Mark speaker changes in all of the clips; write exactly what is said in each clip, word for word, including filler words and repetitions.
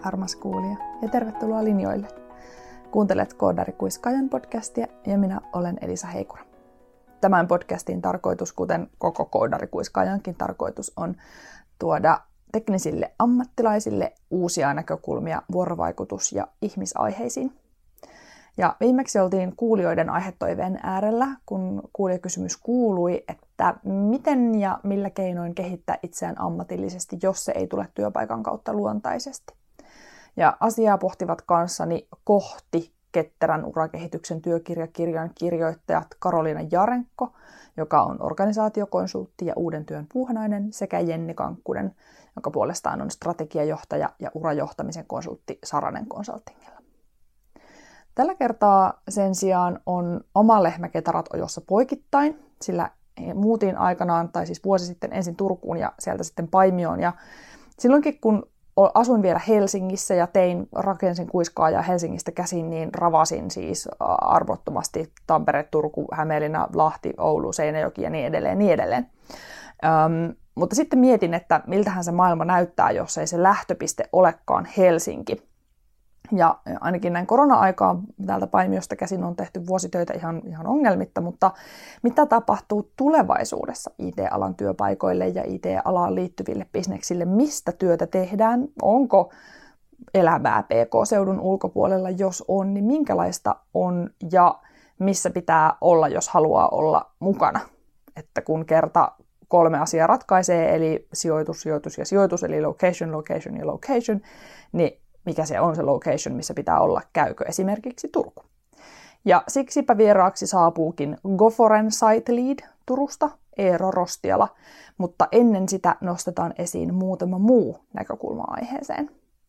Speaker 1: armas kuulija, ja tervetuloa linjoille. Kuuntelet Koodarikuiskaajan podcastia, ja minä olen Elisa Heikura. Tämän podcastin tarkoitus, kuten koko Koodarikuiskaajankin tarkoitus, on tuoda teknisille ammattilaisille uusia näkökulmia vuorovaikutus- ja ihmisaiheisiin. Ja viimeksi oltiin kuulijoiden aihetoiveen äärellä, kun kuulijakysymys kuului, että miten ja millä keinoin kehittää itseään ammatillisesti, jos se ei tule työpaikan kautta luontaisesti. Ja asiaa pohtivat kanssani kohti ketterän urakehityksen työkirjakirjan kirjoittajat Karoliina Jarenko, joka on organisaatiokonsultti ja uuden työn puuhanainen, sekä Jenni Kankkunen, joka puolestaan on strategiajohtaja ja urajohtamisen konsultti Saranen Consultingilla. Tällä kertaa sen sijaan on oma lehmä ketarat ojossa poikittain, sillä muutin aikanaan, tai siis vuosi sitten ensin Turkuun ja sieltä sitten Paimioon. Ja silloinkin kun asuin vielä Helsingissä ja tein, rakensin kuiskaajaa Helsingistä käsin, niin ravasin siis arvottomasti Tampere, Turku, Hämeenlinna, Lahti, Oulu, Seinäjoki ja niin edelleen, niin edelleen. Öm, mutta sitten mietin, että miltähän se maailma näyttää, jos ei se lähtöpiste olekaan Helsinki. Ja ainakin näin korona-aikaan täältä Paimiosta käsin on tehty vuositöitä ihan, ihan ongelmitta, mutta mitä tapahtuu tulevaisuudessa I T-alan työpaikoille ja I T-alaan liittyville bisneksille? Mistä työtä tehdään? Onko elämää P K-seudun ulkopuolella? Jos on, niin minkälaista on ja missä pitää olla, jos haluaa olla mukana? Että kun kerta kolme asiaa ratkaisee, eli sijoitus, sijoitus ja sijoitus, eli location, location ja location, niin mikä se on se location, missä pitää olla, käykö esimerkiksi Turku. Ja siksipä vieraaksi saapuukin Goforen site lead Turusta, Eero Rostiala, mutta ennen sitä nostetaan esiin muutama muu näkökulma aiheeseen.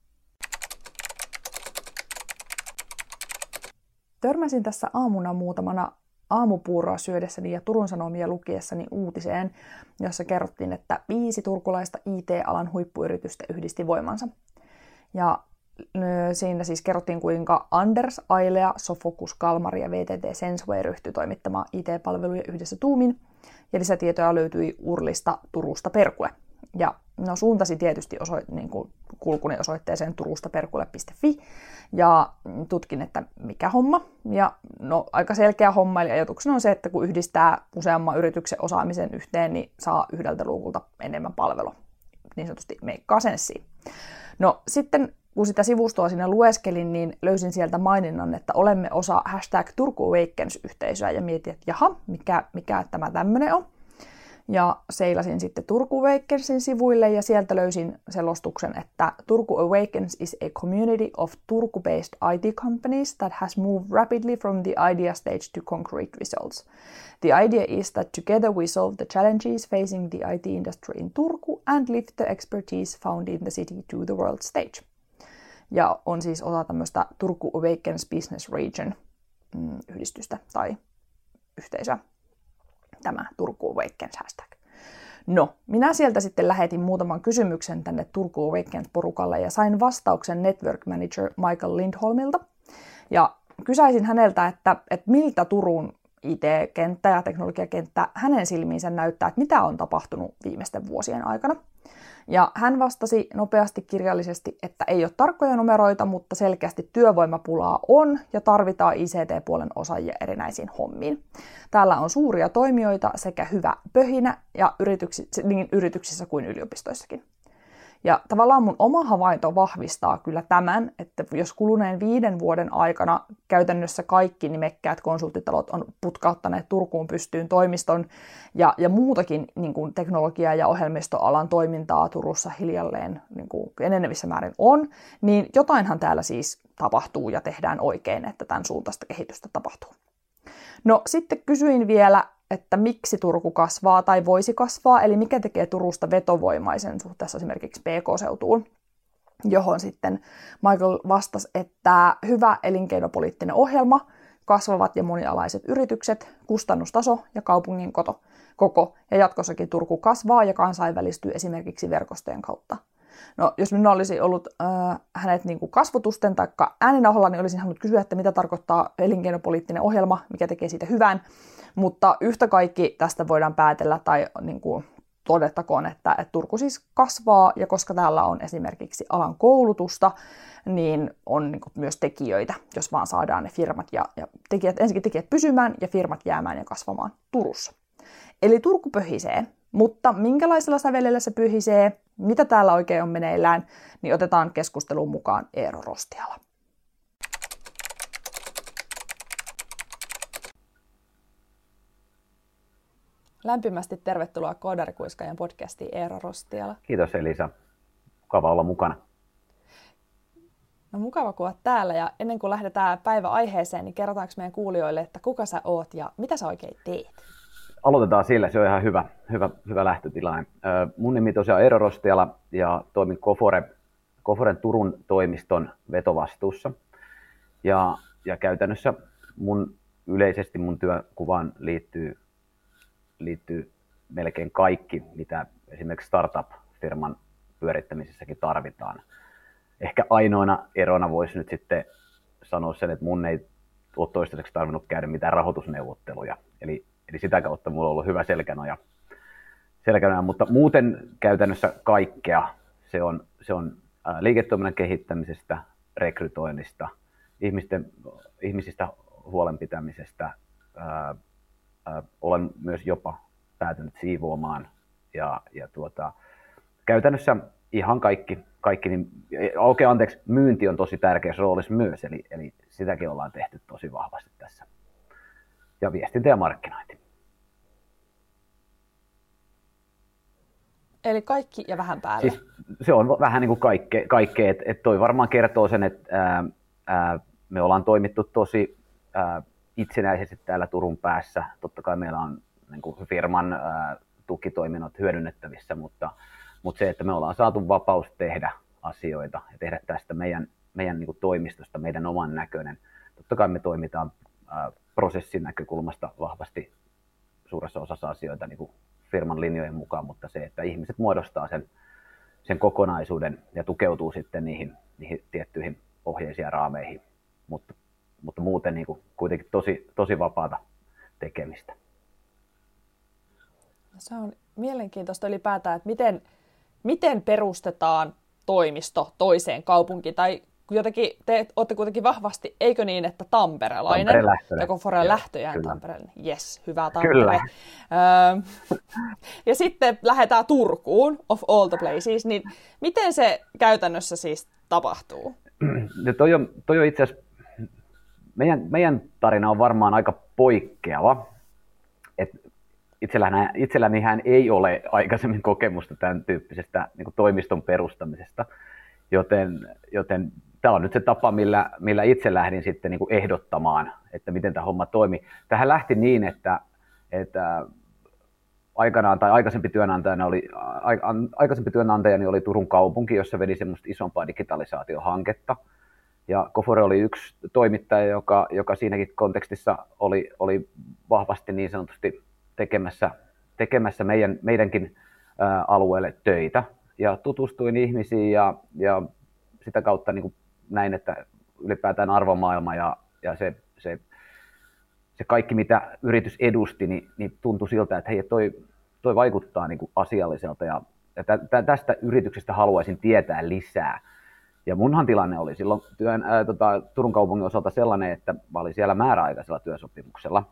Speaker 1: Törmäsin tässä aamuna muutamana aamupuuroa syödessäni ja Turun Sanomia lukiessani uutiseen, jossa kerrottiin, että viisi turkulaista I T-alan huippuyritystä yhdisti voimansa. Ja siinä siis kerrottiin, kuinka Anders, Ailea, Sofocus, Kalmar ja V T T Sensway ryhtyi toimittamaan I T-palveluja yhdessä tuumin. Ja lisätietoja löytyi Urlista, Turusta, Perkule. Ja no, suuntasi tietysti osoit, niin kuin kulkuni osoitteeseen turustaperkule piste fi ja tutkin, että mikä homma. Ja no, aika selkeä homma, eli ajatuksena on se, että kun yhdistää useamman yrityksen osaamisen yhteen, niin saa yhdeltä luukulta enemmän palvelua. Niin sanotusti meikkaa senssiin. No sitten kun sitä sivustoa siinä lueskelin, niin löysin sieltä maininnan, että olemme osa hashtag Turku Awakens-yhteisöä ja mietin, että jaha, mikä, mikä tämä tämmöinen on. Ja seilasin sitten Turku Awakensin sivuille ja sieltä löysin selostuksen, että Turku Awakens is a community of Turku-based I T companies that has moved rapidly from the idea stage to concrete results. The idea is that together we solve the challenges facing the I T industry in Turku and lift the expertise found in the city to the world stage. Ja on siis osa tämmöistä Turku Awakens Business Region mm, yhdistystä tai yhteisöä, tämä Turku Awakens hashtag. No, minä sieltä sitten lähetin muutaman kysymyksen tänne Turku Awakens-porukalle ja sain vastauksen Network Manager Michael Lindholmilta. Ja kysäisin häneltä, että, että miltä Turun I T-kenttä ja teknologiakenttä hänen silmiinsä näyttää, että mitä on tapahtunut viimeisten vuosien aikana. Ja hän vastasi nopeasti kirjallisesti, että ei ole tarkkoja numeroita, mutta selkeästi työvoimapulaa on ja tarvitaan I C T-puolen osaajia erinäisiin hommiin. Täällä on suuria toimijoita sekä hyvä pöhinä ja yrityksissä, niin yrityksissä kuin yliopistoissakin. Ja tavallaan mun oma havainto vahvistaa kyllä tämän, että jos kuluneen viiden vuoden aikana käytännössä kaikki nimekkäät konsulttitalot on putkauttaneet Turkuun pystyyn toimiston ja, ja muutakin niin kuin teknologia- ja ohjelmistoalan toimintaa Turussa hiljalleen niin kuin enenevissä määrin on, niin jotainhan täällä siis tapahtuu ja tehdään oikein, että tämän suuntaista kehitystä tapahtuu. No sitten kysyin vielä, että miksi Turku kasvaa tai voisi kasvaa, eli mikä tekee Turusta vetovoimaisen suhteessa esimerkiksi P K-seutuun, johon sitten Michael vastasi, että hyvä elinkeinopoliittinen ohjelma, kasvavat ja monialaiset yritykset, kustannustaso ja kaupungin koto, koko, ja jatkossakin Turku kasvaa ja kansainvälistyy esimerkiksi verkostojen kautta. No, jos minulla olisi ollut äh, hänet niin kuin kasvotusten tai äänenauhalla, niin olisin halunnut kysyä, että mitä tarkoittaa elinkeinopoliittinen ohjelma, mikä tekee siitä hyvän. Mutta yhtä kaikki tästä voidaan päätellä tai niin kuin todettakoon, että, että Turku siis kasvaa, ja koska täällä on esimerkiksi alan koulutusta, niin on niin kuin myös tekijöitä, jos vaan saadaan ne firmat ja, ja tekijät, ensinnäkin tekijät pysymään ja firmat jäämään ja kasvamaan Turussa. Eli Turku pöhisee, mutta minkälaisella sävelellä se pöhisee, mitä täällä oikein on meneillään, niin otetaan keskusteluun mukaan Eero Rostiala. Lämpimästi tervetuloa Koodarikuiskaajan podcastiin, Eero Rostiala.
Speaker 2: Kiitos Elisa. Mukava olla mukana.
Speaker 1: No mukava, kun olet täällä, ja ennen kuin lähdetään päiväaiheeseen, niin kerrotaanko meidän kuulijoille, että kuka sä oot ja mitä sä oikein teet?
Speaker 2: Aloitetaan sillä, se on ihan hyvä, hyvä, hyvä lähtötilanne. Mun nimi tosiaan Eero Rostiala ja toimin Kofore, Koforen Turun toimiston vetovastuussa. Ja, ja käytännössä mun, yleisesti mun työnkuvaan liittyy, liittyy melkein kaikki, mitä esimerkiksi startup-firman pyörittämisessäkin tarvitaan. Ehkä ainoana erona voisi nyt sitten sanoa sen, että mun ei ole toistaiseksi tarvinnut käydä mitään rahoitusneuvotteluja. Eli, eli sitä kautta mulla on ollut hyvä selkänoja. selkänoja. Mutta muuten käytännössä kaikkea. Se on, se on ää, liiketoiminnan kehittämisestä, rekrytoinnista, ihmisten, ihmisistä huolenpitämisestä. Ää, ää, olen myös jopa päätynyt siivoamaan. Ja, ja tuota, käytännössä ihan kaikki. Kaikki, niin, oikein anteeksi, myynti on tosi tärkeässä roolissa myös, eli, eli sitäkin ollaan tehty tosi vahvasti tässä. Ja viestintä ja markkinointi.
Speaker 1: Eli kaikki ja vähän päälle.
Speaker 2: Siis se on vähän niin kuin kaikkea, kaikkea että et toi varmaan kertoo sen, että ää, ää, me ollaan toimittu tosi ää, itsenäisesti täällä Turun päässä. Totta kai meillä on niin kuin firman ää, tukitoiminnot hyödynnettävissä, mutta Mutta se, että me ollaan saatu vapaus tehdä asioita ja tehdä tästä meidän, meidän niin kuin toimistosta meidän oman näköinen. Totta kai me toimitaan ää, prosessin näkökulmasta vahvasti suuressa osassa asioita niin kuin firman linjojen mukaan, mutta se, että ihmiset muodostaa sen, sen kokonaisuuden ja tukeutuu sitten niihin, niihin tiettyihin ohjeisiin ja raameihin, mutta, mutta muuten niin kuin kuitenkin tosi, tosi vapaata tekemistä.
Speaker 1: Se on mielenkiintoista ylipäätään, että miten Miten perustetaan toimisto toiseen kaupunkiin? Tai jotenkin te olette kuitenkin vahvasti, eikö niin, että tamperelainen?
Speaker 2: Tampere-lähtöinen.
Speaker 1: Ja Kofore lähtöjään tamperelainen. Yes, hyvä Tampere.
Speaker 2: Kyllä.
Speaker 1: Öö, ja sitten lähdetään Turkuun, of all the places. Niin miten se käytännössä siis tapahtuu?
Speaker 2: Ja toi on, toi on itse asiassa, meidän, meidän tarina on varmaan aika poikkeava. Et Itselläni, itsellänihän ei ole aikaisemmin kokemusta tämän tyyppisestä niin kuin toimiston perustamisesta, joten, joten tämä on nyt se tapa, millä, millä itse lähdin sitten niin kuin ehdottamaan, että miten tämä homma toimii. Tähän lähti niin, että, että aikanaan tai aikaisempi työnantajani oli, aikaisempi työnantajani oli Turun kaupunki, jossa vedi semmoista isompaa digitalisaatiohanketta. Ja Kofore oli yksi toimittaja, joka, joka siinäkin kontekstissa oli, oli vahvasti niin sanotusti tekemässä, tekemässä meidän, meidänkin ää, alueelle töitä. Ja tutustuin ihmisiin ja, ja sitä kautta niin kuin näin, että ylipäätään arvomaailma ja, ja se, se, se kaikki, mitä yritys edusti, niin, niin tuntui siltä, että hei, toi, toi vaikuttaa niin kuin asialliselta ja, ja tä, tä, tästä yrityksestä haluaisin tietää lisää. Ja munhan tilanne oli silloin työn, ää, tota, Turun kaupungin osalta sellainen, että mä olin siellä määräaikaisella työsopimuksella.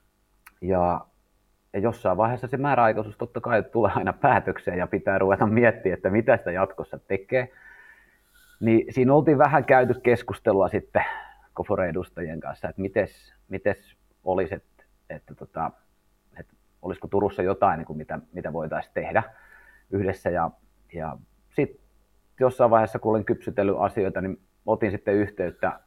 Speaker 2: Ja Ja jossain vaiheessa se määräaikaisuus totta kai tulee aina päätökseen ja pitää ruveta miettimään, että mitä sitä jatkossa tekee. Niin siinä oltiin vähän käyty keskustelua sitten Kofore-edustajien kanssa, että mites, mites olisi, että, että, tota, että olisiko Turussa jotain, niin kuin mitä, mitä voitaisiin tehdä yhdessä. Ja, ja sitten jossain vaiheessa, kun olin kypsytellyt asioita, niin otin sitten yhteyttä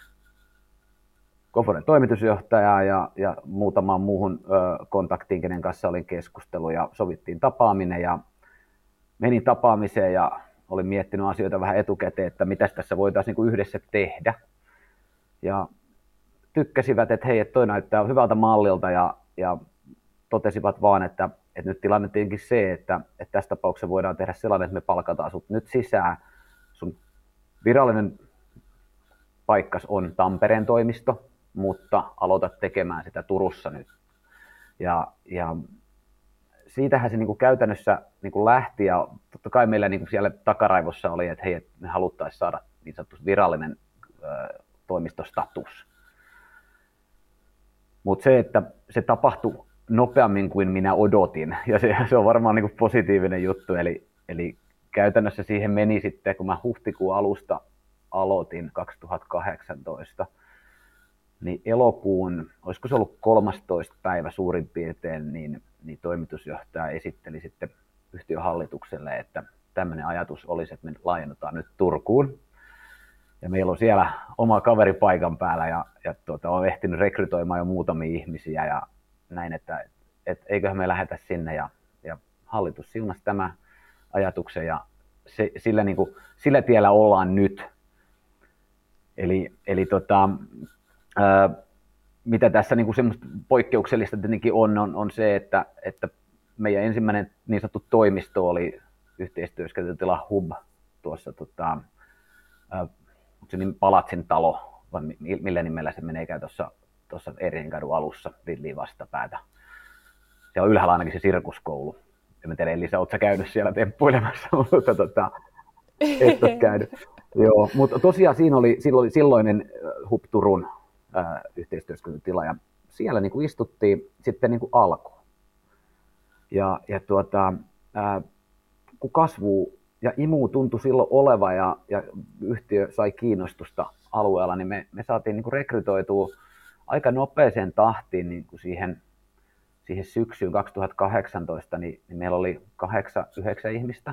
Speaker 2: Koforen toimitusjohtajaa ja, ja muutamaan muuhun ö, kontaktiin, kenen kanssa olin keskustellut ja sovittiin tapaaminen ja menin tapaamiseen ja olin miettinyt asioita vähän etukäteen, että mitä tässä voitaisiin niin yhdessä tehdä. Ja tykkäsivät, että hei, että toi näyttää hyvältä mallilta ja, ja totesivat vaan, että, että nyt tilanne tietenkin se, että, että tässä tapauksessa voidaan tehdä sellainen, että me palkataan sut nyt sisään. Sun virallinen paikkas on Tampereen toimisto, mutta aloitat tekemään sitä Turussa nyt. Ja, ja siitähän se niin kuin käytännössä niin kuin lähti, ja totta kai meillä niin kuin siellä takaraivossa oli, että hei, että me haluttaisiin saada niin sanottu virallinen ö, toimistostatus. Mutta se, että se tapahtui nopeammin kuin minä odotin, ja se, se on varmaan niin kuin positiivinen juttu, eli, eli käytännössä siihen meni sitten, kun mä huhtikuun alusta aloitin kaksituhattakahdeksantoista, niin elokuun, olisiko se ollut kolmastoista päivä suurin piirtein, niin, niin toimitusjohtaja esitteli sitten yhtiön hallitukselle, että tämmöinen ajatus olisi, että me laajennetaan nyt Turkuun. Ja meillä on siellä oma kaveri paikan päällä ja, ja tuota, on ehtinyt rekrytoimaan jo muutamia ihmisiä ja näin, että et, eiköhän me lähdetä sinne. Ja, ja hallitus siunasi tämän ajatuksen ja se, sillä, niin kuin, sillä tiellä ollaan nyt. Eli, eli tota, ää, mitä tässä niin kuin semmoista poikkeuksellista tietenkin on, on, on se, että, että meidän ensimmäinen niin sanottu toimisto oli yhteistyöskentelytila Hub tuossa tota, ää, se niin Palatsin talo, vai millä nimellä se meneekään tuossa, tuossa Erinkadun alussa, Villiin vastapäätä. Siellä on ylhäällä ainakin se sirkuskoulu. En tiedä, Elisa, ootko sä käynyt siellä temppuilemassa, mutta tota, et ole käynyt. Joo, mutta tosiaan siinä oli, oli silloinen Hub Turun ää, yhteistyöskentelytila, ja siellä niin kuin istuttiin sitten niin kuin alkuun. Ja, ja tuota, ää, kun kasvu ja imu tuntui silloin oleva ja, ja yhtiö sai kiinnostusta alueella, niin me, me saatiin niin kuin rekrytoitua aika nopeeseen tahtiin niin kuin siihen, siihen syksyyn kaksituhattakahdeksantoista, niin, niin meillä oli kahdeksan, yhdeksän ihmistä.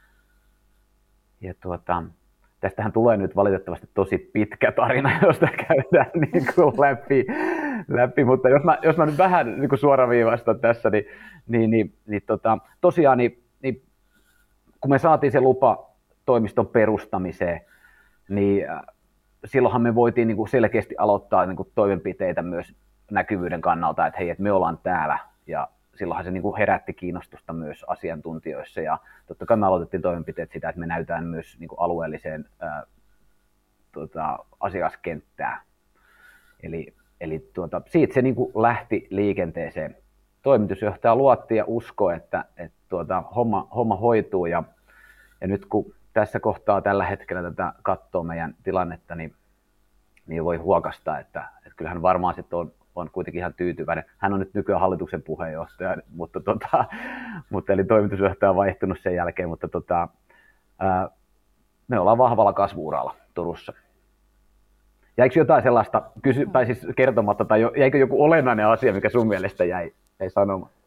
Speaker 2: Ja tuota, tästähän tulee nyt valitettavasti tosi pitkä tarina, josta käydään niin kuin läpi, läpi, mutta jos mä, jos mä nyt vähän niin kuin suoraviivaistan tässä, niin, niin, niin, niin tota, tosiaan niin, niin kun me saatiin se lupa toimiston perustamiseen, niin silloinhan me voitiin niin kuin selkeästi aloittaa niin kuin toimenpiteitä myös näkyvyyden kannalta, että hei, että me ollaan täällä, ja silloinhan se niin kuin herätti kiinnostusta myös asiantuntijoissa, ja totta kai me aloitettiin toimenpiteet sitä, että me näytään myös niin kuin alueelliseen ää, tuota, asiakaskenttään. Eli, eli tuota, siitä se niin kuin lähti liikenteeseen. Toimitusjohtaja luotti ja uskoi, että, että tuota, homma, homma hoituu, ja, ja nyt kun tässä kohtaa tällä hetkellä tätä katsoo meidän tilannetta, niin, niin voi huokastaa, että, että kyllähän varmaan sitten on, on kuitenkin ihan tyytyväinen. Hän on nyt nykyään hallituksen puheenjohtaja, mutta, tota, mutta eli toimitusjohtaja on vaihtunut sen jälkeen, mutta tota, ää, me ollaan vahvalla kasvu-uralla Turussa. Jäikö jotain sellaista kysy- tai siis kertomatta, tai jäikö joku olennainen asia, mikä sun mielestä jäi, jäi sanomaan?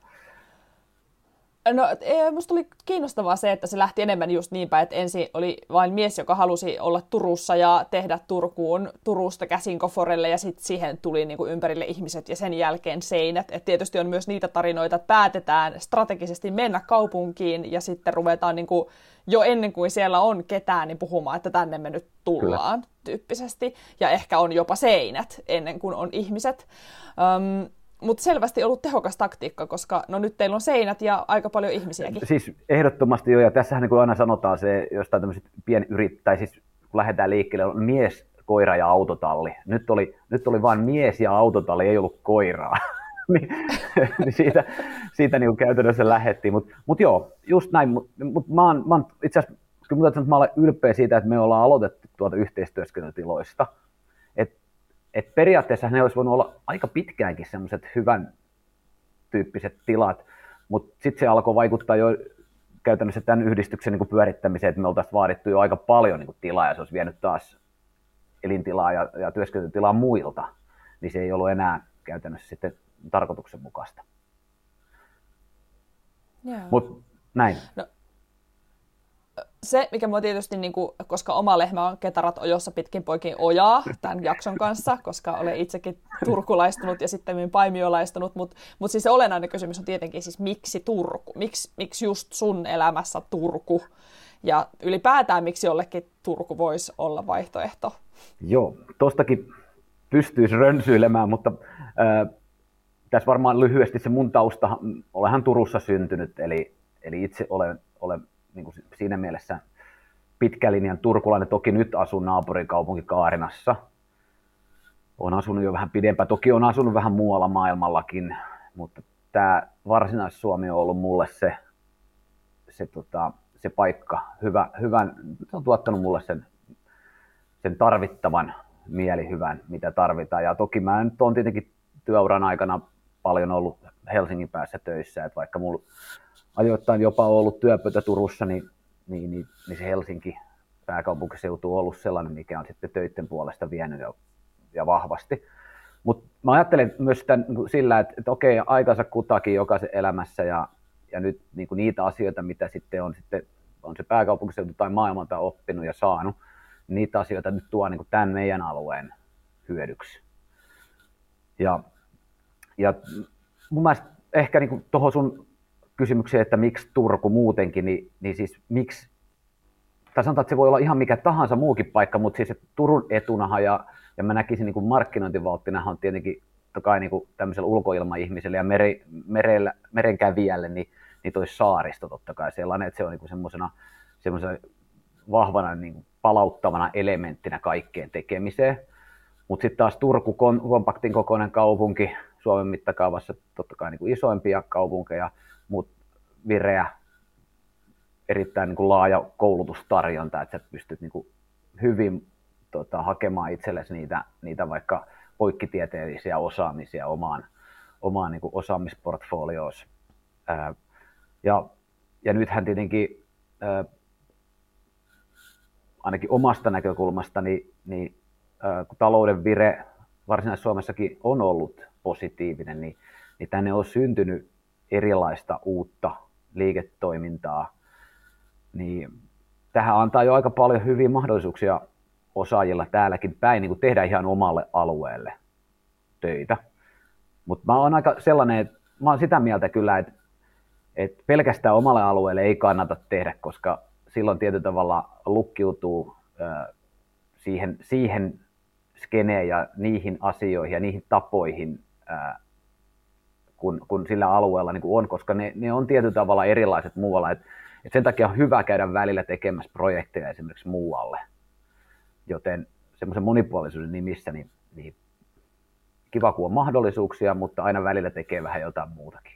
Speaker 1: No, musta oli kiinnostavaa se, että se lähti enemmän just niin päin, että ensin oli vain mies, joka halusi olla Turussa ja tehdä Turkuun, Turusta käsin Koforelle, ja sitten siihen tuli niin kuin ympärille ihmiset ja sen jälkeen seinät. Et tietysti on myös niitä tarinoita, että päätetään strategisesti mennä kaupunkiin ja sitten ruvetaan niin kuin jo ennen kuin siellä on ketään niin puhumaan, että tänne me nyt tullaan. Kyllä. Tyyppisesti. Ja ehkä on jopa seinät ennen kuin on ihmiset. Um, Mutta selvästi ollut tehokas taktiikka, koska no nyt teillä on seinät ja aika paljon ihmisiäkin. Siis
Speaker 2: ehdottomasti joo, ja tässähän niin kuin aina sanotaan se jostain tämmöiset pienyrit, tai siis kun lähdetään liikkeelle, on mies, koira ja autotalli. Nyt oli, nyt oli vain mies ja autotalli, ei ollut koiraa. niin, niin siitä, siitä niin kuin käytännössä lähdettiin. Mutta mut joo, just näin. Mutta mut mä oon, mä oon itse asiassa, kyllä mä, mä olen ylpeä siitä, että me ollaan aloitettu tuolta yhteistyöskentelytiloista. Et periaatteessa ne olisi voinut olla aika pitkäänkin semmoiset hyvän tyyppiset tilat, mutta sitten se alkoi vaikuttaa jo käytännössä tämän yhdistyksen niin pyörittämiseen, että me oltaisiin vaadittu jo aika paljon niin tilaa ja se olisi vienyt taas elintilaa ja, ja työskentelytilaa muilta, niin se ei ollut enää käytännössä sitten tarkoituksenmukaista. Mutta näin. No.
Speaker 1: Se, mikä mua tietysti, niin kuin, koska oma lehmä on ketarat ojossa pitkin poikin ojaa tämän jakson kanssa, koska olen itsekin turkulaistunut ja sitten paimiolaistunut, mutta mut siis se olennainen kysymys on tietenkin siis, miksi Turku? Miks, miksi just sun elämässä Turku? Ja ylipäätään, miksi jollekin Turku voisi olla vaihtoehto?
Speaker 2: Joo, tostakin pystyisi rönsyilemään, mutta äh, tässä varmaan lyhyesti se mun tausta, olenhan Turussa syntynyt, eli, eli itse olen, olen niin kuin siinä mielessä pitkälinjan turkulainen. Toki nyt asun naapurikaupunki Kaarinassa. Olen asunut jo vähän pidempään. Toki olen asunut vähän muualla maailmallakin, mutta tämä Varsinais-Suomi on ollut mulle se, se, tota, se paikka, hyvä, hyvän, se on tuottanut mulle sen, sen tarvittavan mielihyvän, mitä tarvitaan. Ja toki mä nyt olen tietenkin työuran aikana paljon ollut Helsingin päässä töissä, että vaikka mulla ajoittain jopa ollut työpöytä Turussa, niin, niin, niin, niin se Helsinki pääkaupunkiseutu on ollut sellainen, mikä on sitten töiden puolesta vienyt ja, ja vahvasti. Mutta mä ajattelen myös sitä niin sillä, että, että okei, aikansa kutakin jokaisen elämässä ja, ja nyt niin kuin niitä asioita, mitä sitten on, sitten on se pääkaupunkiseutu tai maailmalta oppinut ja saanut, niin niitä asioita nyt tuo niin kuin tämän meidän alueen hyödyksi. Ja, ja mun mielestä ehkä niin tuohon sun kysymykseen, että miksi Turku muutenkin, niin, niin siis miksi, tai sanotaan, että se voi olla ihan mikä tahansa muukin paikka, mutta siis Turun etunahan ja, ja mä näkisin niin kuin markkinointivalttinahan on tietenkin tokai niin kuin tämmöisellä ulkoilmaihmiselle ja meri, merellä, merenkävijälle, niin, niin toi saaristo totta kai sellainen, että se on niin semmoisena vahvana niin kuin palauttavana elementtinä kaikkeen tekemiseen. Mutta sitten taas Turku, kompaktin kokoinen kaupunki, Suomen mittakaavassa totta kai niin kuin isoimpia kaupunkeja, mutta vireä, erittäin niin kuin laaja koulutustarjonta, että sä pystyt niin kuin hyvin tota, hakemaan itsellesi niitä, niitä vaikka poikkitieteellisiä osaamisia omaan, omaan niin kuin osaamisportfolioon. Ää, ja, ja nythän tietenkin ää, ainakin omasta näkökulmasta, niin, niin ää, kun talouden vire Varsinais-Suomessakin on ollut positiivinen, niin, niin tänne on syntynyt erilaista uutta liiketoimintaa, niin tähän antaa jo aika paljon hyviä mahdollisuuksia osaajilla täälläkin päin niin kuin tehdä ihan omalle alueelle töitä. Mutta mä oon aika sellainen, että mä oon sitä mieltä kyllä, että, että pelkästään omalle alueelle ei kannata tehdä, koska silloin tietyllä tavalla lukkiutuu äh, siihen, siihen skeneen ja niihin asioihin ja niihin tapoihin, äh, kun, kun sillä alueella niin kuin on, koska ne, ne on tietyllä tavalla erilaiset muualla. Et, et sen takia on hyvä käydä välillä tekemässä projekteja esimerkiksi muualle. Joten semmoisen monipuolisuuden nimissä niin, niin kiva, kun on mahdollisuuksia, mutta aina välillä tekee vähän jotain muutakin.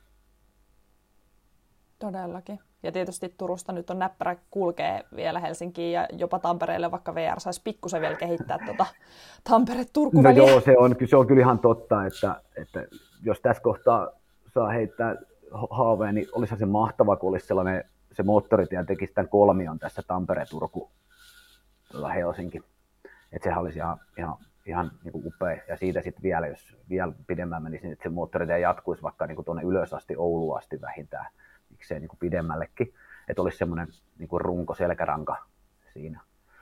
Speaker 1: Todellakin. Ja tietysti Turusta nyt on näppärä kulkee vielä Helsinkiin ja jopa Tampereelle, vaikka V R saisi pikkusen vielä kehittää tuota Tampere-Turku-väliä.
Speaker 2: No joo, se on, se on kyllä ihan totta, että, että jos tässä kohtaa saa heittää haaveen, niin olisihan se mahtava, kun olisi sellainen, se moottoritie tekisi tämän kolmion tässä Tampere-Turku Helsinki. Että sehän olisi ihan, ihan, ihan niin kuin upea. Ja siitä sitten vielä, jos vielä pidemmän menisi, niin että se moottoritie jatkuisi vaikka niin kuin tuonne ylös asti, Ouluun asti vähintään, miksei niin kuin pidemmällekin. Että olisi semmoinen niin kuin runko, selkäranka siinä.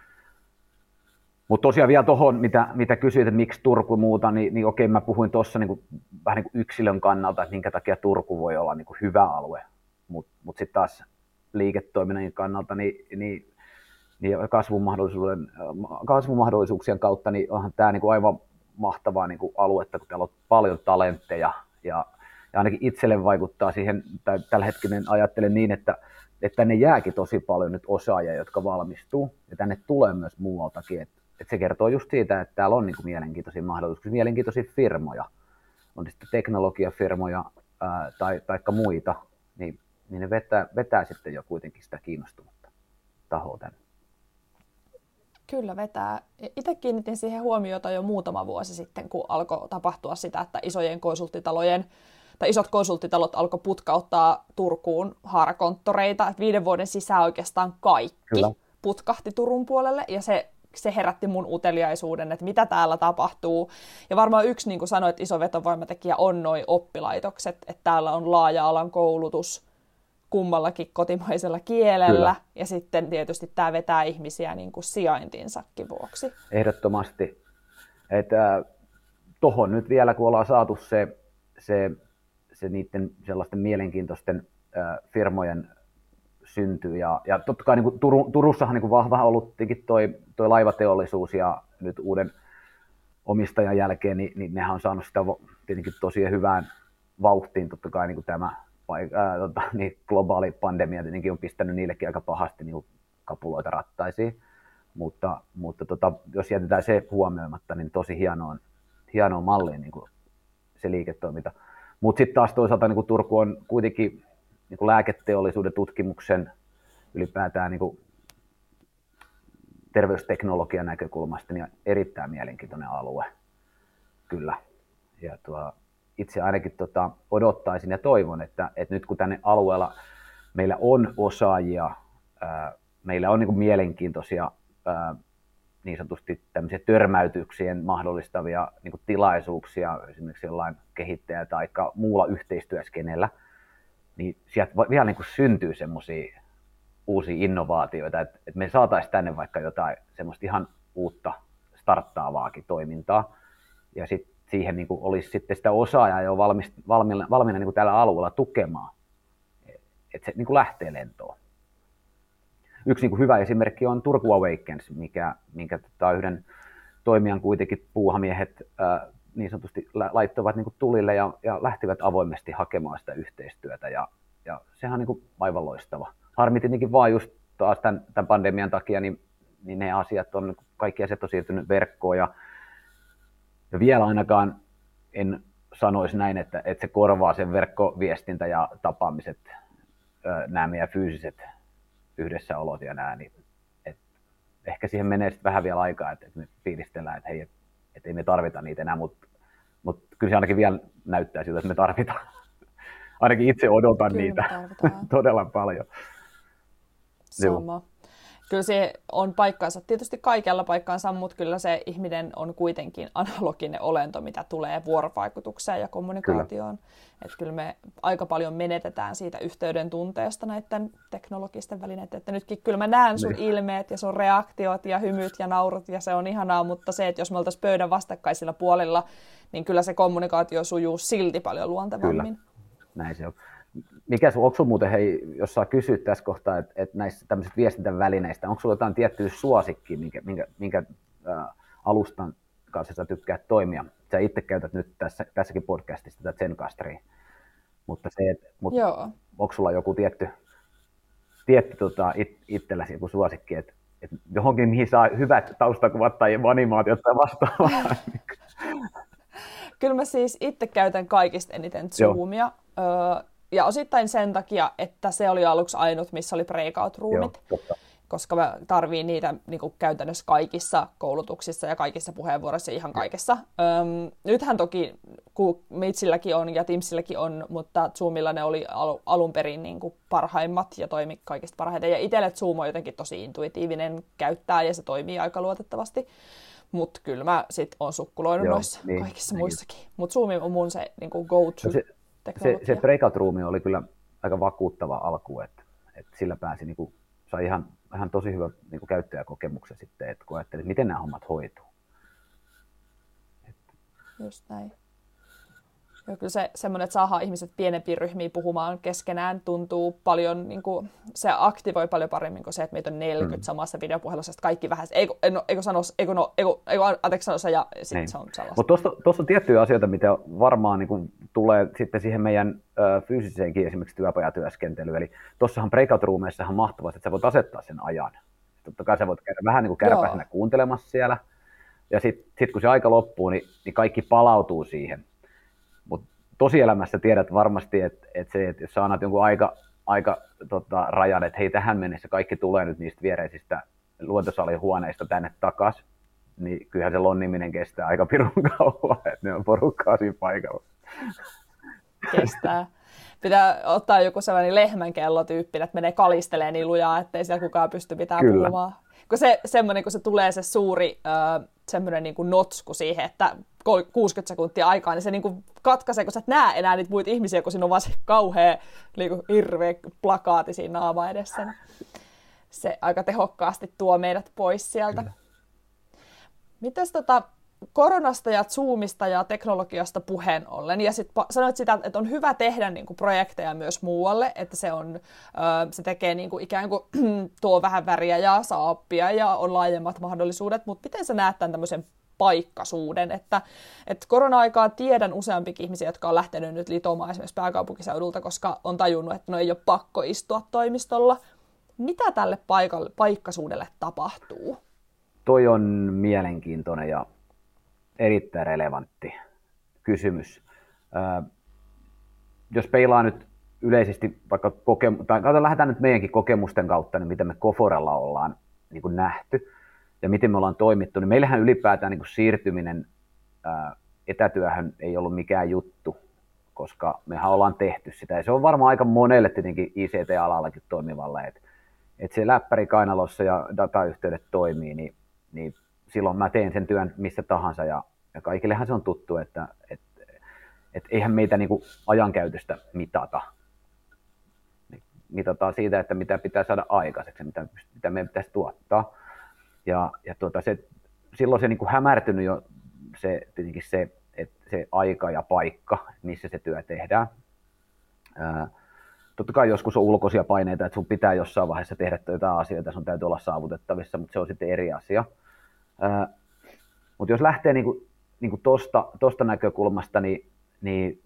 Speaker 2: Mutta tosiaan vielä tuohon, mitä, mitä kysyit, että miksi Turku muuta, niin, niin okei, mä puhuin tuossa niin kuin, vähän niin kuin yksilön kannalta, että minkä takia Turku voi olla niin kuin hyvä alue. Mutta mut sitten taas liiketoiminnan kannalta, niin, niin niin kasvumahdollisuuden, kasvumahdollisuuksien kautta niin onhan tämä niin kuin aivan mahtavaa niin kuin aluetta, kun täällä on paljon talentteja ja, ja ainakin itselle vaikuttaa siihen, tai tällä hetkellä ajattelen niin, että, että tänne jääkin tosi paljon nyt osaajia, jotka valmistuu ja tänne tulee myös muualtakin, että, että se kertoo just siitä, että täällä on niin kuin mielenkiintoisia mahdollisuuksia, mielenkiintoisia firmoja, on sitten teknologiafirmoja ää, tai taikka muita, niin, niin ne vetää, vetää sitten jo kuitenkin sitä kiinnostunutta tahoa tänne.
Speaker 1: Kyllä vetää. Itse kiinnitin siihen huomiota jo muutama vuosi sitten, kun alkoi tapahtua sitä, että isojen konsulttitalojen tai isot konsulttitalot alkoi putkauttaa Turkuun haarakonttoreita. Että viiden vuoden sisään oikeastaan kaikki Kyllä. putkahti Turun puolelle ja se, se herätti mun uteliaisuuden, että mitä täällä tapahtuu. Ja varmaan yksi, niin kuin sanoit, iso vetovoimatekijä on noi oppilaitokset, että täällä on laaja-alan koulutus kummallakin kotimaisella kielellä, Kyllä. ja sitten tietysti tämä vetää ihmisiä niin kuin sijaintinsakin vuoksi.
Speaker 2: Ehdottomasti. Että tuohon nyt vielä, kun ollaan saatu se, se, se niiden sellaisten mielenkiintoisten äh, firmojen synty, ja, ja totta kai niin kuin Turu, Turussahan niin kuin vahva ollut toi, toi laivateollisuus, ja nyt uuden omistajan jälkeen, niin, niin nehän on saanut sitä tietenkin tosi hyvään vauhtiin, totta kai niin kuin tämä Ää, tota, niin globaali pandemia tietenkin on pistänyt niillekin aika pahasti niin kapuloita rattaisiin, mutta, mutta tota, jos jätetään se huomioimatta, niin tosi hienoa, hienoa malliin niin kuin se liiketoiminta. Mutta sitten taas toisaalta niin Turku on kuitenkin niin lääketeollisuuden tutkimuksen ylipäätään niin terveysteknologian näkökulmasta niin erittäin mielenkiintoinen alue, kyllä. Ja tuo, itse ainakin tota, odottaisin ja toivon, että, että nyt kun tänne alueella meillä on osaajia, ää, meillä on niin kuin mielenkiintoisia ää, niin sanotusti tämmöisiä törmäytyksien mahdollistavia niin kuin tilaisuuksia, esimerkiksi jollain kehittäjä tai muulla yhteistyöskenellä, niin sieltä vielä niin kuin syntyy semmoisia uusia innovaatioita, että, että me saataisiin tänne vaikka jotain semmoista ihan uutta starttaavaakin toimintaa, ja sitten siihen niin kuin olisi sitten sitä osaajaa jo valmis, valmiina, valmiina niin kuin tällä alueella tukemaan, että se niin kuin lähtee lentoon. Yksi niin kuin hyvä esimerkki on Turku Awakens, mikä, minkä tota, yhden toimijan kuitenkin puuhamiehet ää, niin sanotusti laittoivat niin kuin tulille ja, ja lähtivät avoimesti hakemaan sitä yhteistyötä, ja, ja sehän on niin kuin aivan loistava. Harmi tietenkin vaan just taas tämän, tämän pandemian takia, niin, niin ne asiat on, kaikki asiat on siirtynyt verkkoon, ja, ja vielä ainakaan en sanoisi näin, että, että se korvaa sen verkkoviestintä ja tapaamiset, nämä meidän fyysiset yhdessäolot ja nämä, niin et ehkä siihen menee sitten vähän vielä aikaa, että, että me fiilistellään, että hei, et, et ei me tarvita niitä enää, mutta mut kyllä se ainakin vielä näyttää siltä, että me tarvitaan. Ainakin itse odotan kyllä niitä todella paljon.
Speaker 1: Sama. Kyllä se on paikkansa, tietysti kaikella paikkansa, mutta kyllä se ihminen on kuitenkin analoginen olento, mitä tulee vuorovaikutukseen ja kommunikaatioon. Kyllä. Että kyllä me aika paljon menetetään siitä yhteyden tunteesta näiden teknologisten välineiden. Että nytkin kyllä mä näen sun niin. ilmeet ja sun reaktiot ja hymyt ja naurut ja se on ihanaa, mutta se, että jos me oltaisiin pöydän vastakkaisilla puolilla, niin kyllä se kommunikaatio sujuu silti paljon luontevammin.
Speaker 2: Kyllä. Näin se on. Mikä sun, onko sun muuten, hei, jos saa kysyä tässä kohtaa, että, että näistä tämmöisistä viestintävälineistä, onko sulla jotain tiettyä suosikkia, minkä, minkä, minkä ä, alustan kanssa sä tykkäät toimia? Sä itse käytät nyt tässä, tässäkin podcastissa tätä Zencasteria, mutta se, et, mut, onko sulla joku tietty, tietty tota, it, itselläsi joku suosikki, että, että johonkin mihin saa hyvät taustakuvat tai animaatiot tai vastaavaa?
Speaker 1: Kyllä mä siis itse käytän kaikista eniten Zoomia. Öö, Ja osittain sen takia, että se oli aluksi ainut, missä oli breakout-roomit, koska mä tarviin niitä niin kuin käytännössä kaikissa koulutuksissa ja kaikissa puheenvuoroissa, ihan kaikessa. Öm, nythän toki Meetsilläkin on ja Teamsilläkin on, mutta Zoomilla ne oli al- alun perin niin kuin parhaimmat ja toimi kaikista parhaiten. Ja itselle Zoom on jotenkin tosi intuitiivinen käyttää ja se toimii aika luotettavasti. Mutta kyllä mä sit oon sukkuloinut Joo, noissa niin, kaikissa niin. muissakin. Mutta Zoom on mun se niin kuin go-to. No se, se, se breakout-room oli kyllä aika vakuuttava alku, että, että sillä pääsi, niin kuin, sai ihan, ihan tosi hyvä niin kuin käyttäjäkokemuksen sitten, että kun ajattelin, että miten nämä hommat hoituu. Just näin. Ja kyllä se semmoinen, että saadaan ihmiset pienempiin ryhmiin puhumaan keskenään, tuntuu paljon, niin kuin, se aktivoi paljon paremmin kuin se, että meitä on neljäkymmentä mm. samassa videopuhelussa, että kaikki vähän, eikö, no, eikö sanoisi, eikö no, eikö, eikö anteeksi sanoisi, ja sitten niin. se on sellaista.
Speaker 2: Mutta tuossa on tiettyjä asioita, mitä varmaan niin kuin, tulee sitten siihen meidän ö, fyysiseenkin esimerkiksi työpajatyöskentelyyn, eli tuossahan breakout-roomeissa on mahtavasti, että sä voit asettaa sen ajan. Totta kai sä voit käydä vähän niin kuin kärpäisenä kuuntelemassa siellä, ja sitten sit kun se aika loppuu, niin, niin kaikki palautuu siihen. Mutta tosielämässä tiedät varmasti, että, että, se, että jos sä annat jonkun aika, aika tota, rajan, että hei, tähän mennessä kaikki tulee nyt niistä viereisistä luontosalihuoneista tänne takaisin, niin kyllähän se lonniminen kestää aika pirun kauan, että ne on porukkaa siinä paikalla.
Speaker 1: Kestää. Pitää ottaa joku sellainen lehmänkellotyyppi, että menee kalistelemaan niin lujaa, ettei siellä kukaan pysty pitämään
Speaker 2: Kyllä.
Speaker 1: puhumaan. Kun se, semmoinen, kun se tulee se suuri äh, semmoinen niin kuin notsku siihen, että kuusikymmentä sekuntia aikaa, niin se niin kuin katkaisee, kun sä et näe enää niitä muita ihmisiä, kun siinä on vaan se kauhea, niin kuin hirveä plakaati siinä naama edessä. Se aika tehokkaasti tuo meidät pois sieltä. Kyllä. Mites tota, koronasta ja Zoomista ja teknologiasta puheen ollen, ja sitten sanoit sitä, että on hyvä tehdä niin kuin projekteja myös muualle, että se, on, se tekee niin kuin ikään kuin tuo vähän väriä ja saa oppia ja on laajemmat mahdollisuudet, mutta miten sä näet tämän tämmöisen paikkaisuuden, että, että korona-aikaa tiedän useampikin ihmisiä, jotka on lähtenyt nyt litomaan esimerkiksi pääkaupunkiseudulta, koska on tajunnut, että no ei ole pakko istua toimistolla. Mitä tälle paikalle, paikkaisuudelle tapahtuu?
Speaker 2: Toi on mielenkiintoinen ja erittäin relevantti kysymys. jos peilaa nyt yleisesti vaikka kokemus, tai lähdetään nyt meidänkin kokemusten kautta, niin mitä me Koforella ollaan niin kuin nähty ja miten me ollaan toimittu, niin meillähän ylipäätään niin kuin siirtyminen ää, etätyöhön ei ollut mikään juttu, koska mehän ollaan tehty sitä. Ja se on varmaan aika monelle tietenkin I C T-alallakin toimivalle, että, että se läppäri kainalossa ja datayhteydet toimii, niin, niin silloin mä teen sen työn missä tahansa ja, ja kaikillehan se on tuttu, että, että, että eihän meitä niin kuin ajankäytöstä mitata. Mitataan siitä, että mitä pitää saada aikaiseksi, mitä, mitä meidän pitäisi tuottaa. Ja, ja tuota, se, silloin se niin kuin hämärtynyt jo se, tietenkin se, että se aika ja paikka, missä se työ tehdään. Ää, totta kai joskus on ulkoisia paineita, että sun pitää jossain vaiheessa tehdä jotain asioita, sun täytyy olla saavutettavissa, mutta se on sitten eri asia. Ää, mutta jos lähtee niin kuin, niin kuin tosta, tosta näkökulmasta, niin, niin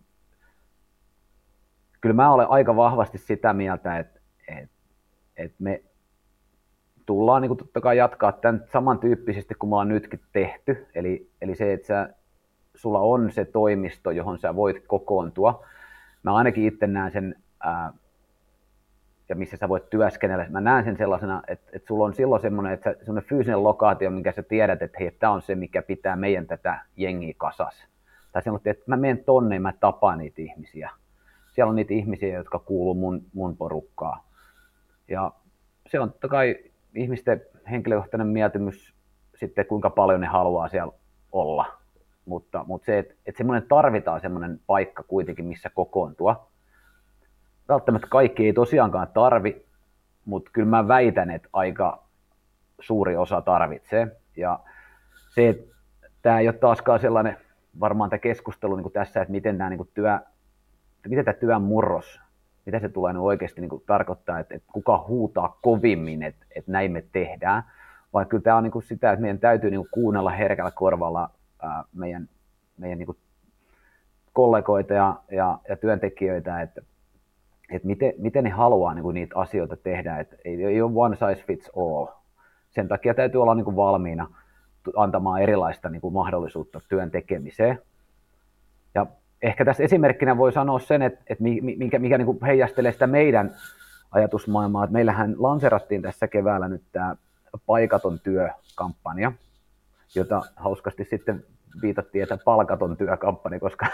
Speaker 2: kyllä mä olen aika vahvasti sitä mieltä, että, että, että me tullaan niin kuin totta kai jatkaa tämän samantyyppisesti kuin me ollaan nytkin tehty. Eli, eli se, että sä, sulla on se toimisto, johon sä voit kokoontua. Mä ainakin itse näen sen, ää, ja missä sä voit työskennellä. Mä näen sen sellaisena, että, että sulla on silloin semmoinen, että sä, semmoinen fyysinen lokaatio, minkä sä tiedät, että hei, tämä on se, mikä pitää meidän tätä jengiä kasas. Tai semmoinen, että mä menen tonne ja mä tapaan niitä ihmisiä. Siellä on niitä ihmisiä, jotka kuuluu mun, mun porukkaan. Ja se on totta kai ihmisten henkilökohtainen mieltymys sitten, kuinka paljon ne haluaa siellä olla. Mutta, mutta se, että, että semmoinen tarvitaan semmoinen paikka kuitenkin, missä kokoontua. Välttämättä kaikki ei tosiaankaan tarvi, mutta kyllä mä väitän, että aika suuri osa tarvitsee. Ja se, että tämä ei ole taaskaan sellainen, varmaan tämä keskustelu niin kuin tässä, että miten tämä niin kuin työ, miten tämä työn murros, mitä se tulee oikeasti niin kuin tarkoittaa, että, että kuka huutaa kovimmin, että, että näin me tehdään. Vaikka kyllä tämä on niin kuin sitä, että meidän täytyy niin kuin kuunnella herkällä korvalla ää, meidän, meidän niin kuin kollegoita ja, ja, ja työntekijöitä, että, että miten, miten ne haluaa niin kuin niitä asioita tehdä. Että ei, ei ole one size fits all. Sen takia täytyy olla niin kuin valmiina antamaan erilaista niin kuin mahdollisuutta työn tekemiseen. Ja ehkä tässä esimerkkinä voi sanoa sen, että, että mikä, mikä niin kuin heijastelee sitä meidän ajatusmaailmaa, että meillähän lanserattiin tässä keväällä nyt tämä paikaton työ-kampanja, jota hauskasti sitten viitattiin, että palkaton työkampanja, koska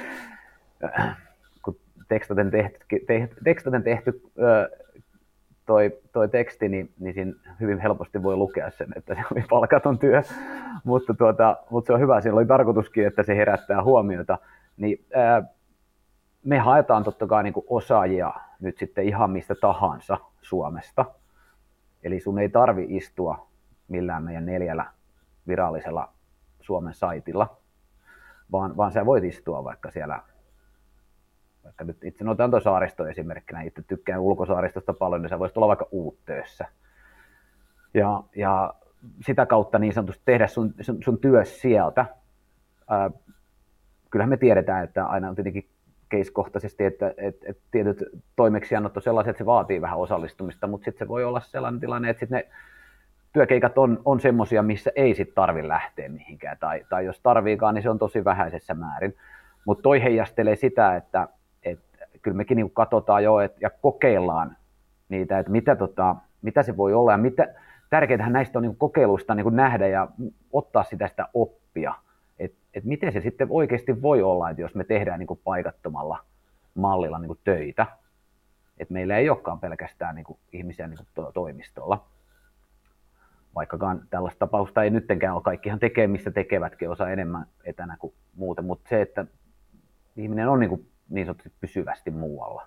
Speaker 2: kun tekstaten tehty, tekstaten tehty toi, toi teksti, niin, niin siinä hyvin helposti voi lukea sen, että se oli palkaton työ, mutta, tuota, mutta se on hyvä, siellä oli tarkoituskin, että se herättää huomiota. Niin, ää, me haetaan totta kai niin kuin osaajia nyt sitten ihan mistä tahansa Suomesta. Eli sun ei tarvi istua millään meidän neljällä virallisella Suomen saitilla, vaan, vaan sä voit istua vaikka siellä, vaikka nyt itse otan tuon Saaristo esimerkkinä, itse tykkään ulkosaaristosta paljon, niin sä voisit olla vaikka Uuttöössä. Ja, ja sitä kautta niin sanotusti tehdä sun, sun, sun työ sieltä. Ää, kyllähän me tiedetään, että aina on tietenkin case-kohtaisesti, että, että, että tietyt toimeksiannot on sellaiset, että se vaatii vähän osallistumista, mutta sitten se voi olla sellainen tilanne, että sitten ne työkeikat on, on semmoisia, missä ei sitten tarvitse lähteä mihinkään, tai, tai jos tarviikaan, niin se on tosi vähäisessä määrin. Mutta toi heijastelee sitä, että, että kyllä mekin niinku katsotaan jo et, ja kokeillaan niitä, että mitä, tota, mitä se voi olla, ja mitä, tärkeintähän näistä on niinku kokeiluista niinku nähdä ja ottaa sitä, sitä oppia. Että et miten se sitten oikeasti voi olla, että jos me tehdään niin kuin paikattomalla mallilla niin kuin töitä, että meillä ei olekaan pelkästään niin kuin ihmisiä niin kuin to- toimistolla, vaikkakaan tällaista tapausta ei nyttenkään ole, kaikkihan tekee, missä tekevätkin, osa enemmän etänä kuin muuta, mutta se, että ihminen on niin, kuin niin sanotusti pysyvästi muualla.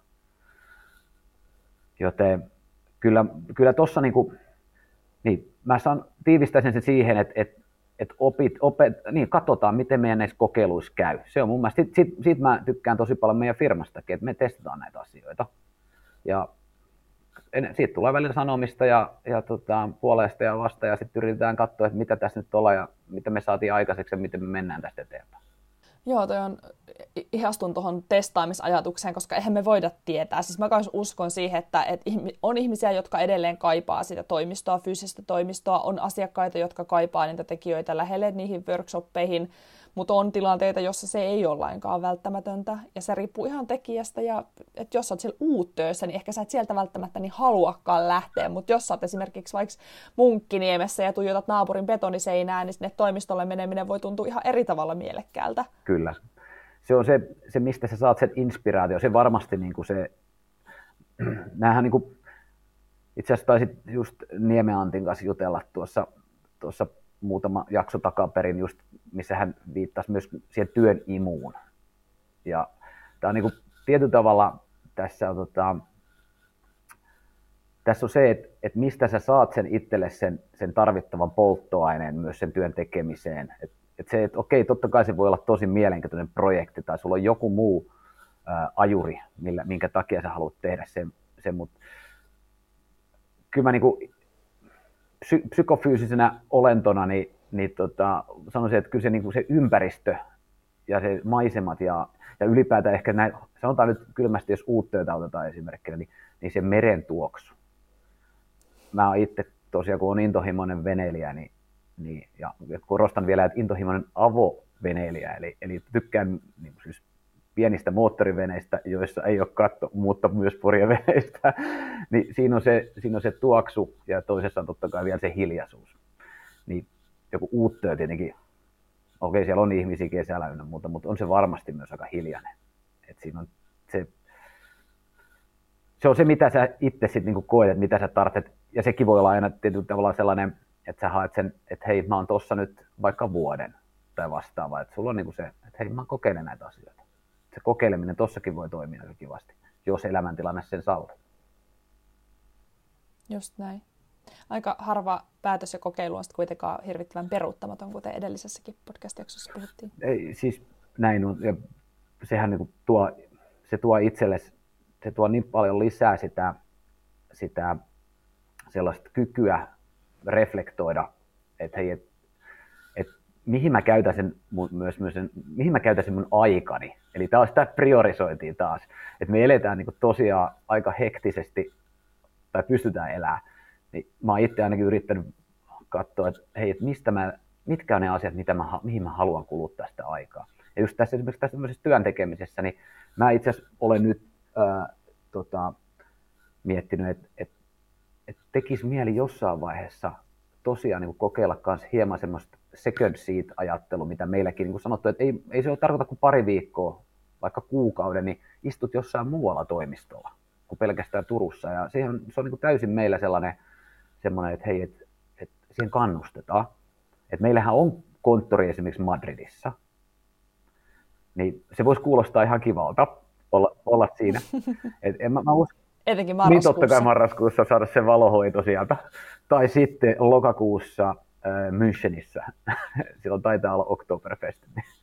Speaker 2: Joten kyllä, kyllä tuossa niin kuin, niin, mä saan, tiivistäisin sen siihen, että, että että opit, opet, niin katsotaan, miten meidän näissä kokeiluissa käy. Se on mun mielestä, siitä, siitä, siitä mä tykkään tosi paljon meidän firmastakin, että me testataan näitä asioita. Ja siitä tulee välillä sanomista ja, ja tota, puolesta ja vasta, ja sitten yritetään katsoa, että mitä tässä nyt ollaan ja mitä me saatiin aikaiseksi ja miten me mennään tästä eteenpäin.
Speaker 1: Joo, toi on, ihastun tuohon testaamisajatukseen, koska eihän me voida tietää. Siis mä myös uskon siihen, että, että on ihmisiä, jotka edelleen kaipaa sitä toimistoa, fyysistä toimistoa, on asiakkaita, jotka kaipaa niitä tekijöitä lähelle niihin workshoppeihin, mutta on tilanteita, jossa se ei ole lainkaan välttämätöntä, ja se riippuu ihan tekijästä, ja että jos sä oot siellä uuttöössä, niin ehkä sä et sieltä välttämättä niin haluakaan lähteä, mutta jos sä oot esimerkiksi vaikka Munkkiniemessä ja tuijotat naapurin betoniseinään, niin sinne toimistolle meneminen voi tuntua ihan eri tavalla mielekkäältä.
Speaker 2: Kyllä. Se on se, se mistä sä saat sen inspiraatio, se varmasti niin kuin se, näähän niin kuin, itse asiassa taisit just Niemen Antin kanssa jutella tuossa, tuossa muutama jakso takaperin, just, missä hän viittasi myös siihen työn imuun. Ja tämä on niin kuin, tietyllä tavalla tässä on, tota, tässä on se, että, että mistä sä saat sen itselle sen, sen tarvittavan polttoaineen myös sen työn tekemiseen. Et, et se, että okei, totta kai se voi olla tosi mielenkiintoinen projekti tai sulla on joku muu ää, ajuri, millä, minkä takia sä haluat tehdä sen, sen mutta kyllä mä niin kuin, psy- psykofyysisenä olentona niin, niin tota, sanoisin, että kyllä se, niin kuin se ympäristö ja se maisemat ja, ja ylipäätään ehkä näin, sanotaan nyt kylmästi, jos uuttöitä otetaan esimerkkinä, niin, niin se meren tuoksu. Mä oon itse tosiaan, kun on intohimoinen veneilijä, niin, niin, ja korostan vielä, että intohimoinen avoveneilijä, eli, eli tykkään niin siis pienistä moottoriveneistä, joissa ei ole katto, mutta myös purjeveneistä, niin siinä on, se, siinä on se tuoksu ja toisessa on totta kai vielä se hiljaisuus. Niin joku uuttöö tietenkin, okei siellä on ihmisiä kesällä ynnä muuta, mutta on se varmasti myös aika hiljainen. Et siinä on se, se on se, mitä sä itse sitten niinku koet, että mitä sä tarvitset, ja sekin voi olla aina tietyllä tavalla sellainen, että sä haet sen, että hei mä oon tossa nyt vaikka vuoden tai vastaava, että sulla on niinku se, että hei mä kokeilen näitä asioita. Se kokeileminen tossakin voi toimia aika kivasti, jos elämäntilanne sen sallii.
Speaker 1: Just näin. Aika harva päätös ja kokeilu on kuitenkaan hirvittävän peruuttamaton, kuten edellisessäkin podcast-jaksossa puhuttiin.
Speaker 2: Ei, siis näin on, ja sehän niin kuin tuo, se tuo itselle, se tuo niin paljon lisää sitä, sitä sellaista kykyä reflektoida, että hei, et, et, mihin mä käytän sen, myös, myös sen, mihin mä käytän sen mun aikani. Eli taas sitä priorisointia taas, että me eletään niin kuin tosiaan aika hektisesti, tai pystytään elämään. Niin mä oon itse ainakin yrittänyt katsoa, että hei, että mistä mä, mitkä on ne asiat, mitä mä, mihin mä haluan kuluttaa sitä aikaa. Ja just tässä esimerkiksi tässä tämmöisessä työn tekemisessä, niin mä itse asiassa olen nyt ää, tota, miettinyt, että et, et tekisi mieli jossain vaiheessa tosiaan niin kokeilla myös hieman semmoista second seat-ajattelua, mitä meilläkin niin kuin sanottu, että ei, ei se ole tarkoita kuin pari viikkoa, vaikka kuukauden, niin istut jossain muualla toimistolla kuin pelkästään Turussa. Ja siihen, se on niin kuin täysin meillä sellainen, semmoinen, että hei, että et siihen kannustetaan. Et meillähän on konttori esimerkiksi Madridissa, niin se voisi kuulostaa ihan kivalta olla, olla siinä. Et en mä, mä uskon,
Speaker 1: etenkin marraskuussa.
Speaker 2: Niin totta kai marraskuussa saada se valohoito sieltä. Tai sitten lokakuussa äh, Münchenissä. Silloin taitaa olla Oktoberfest.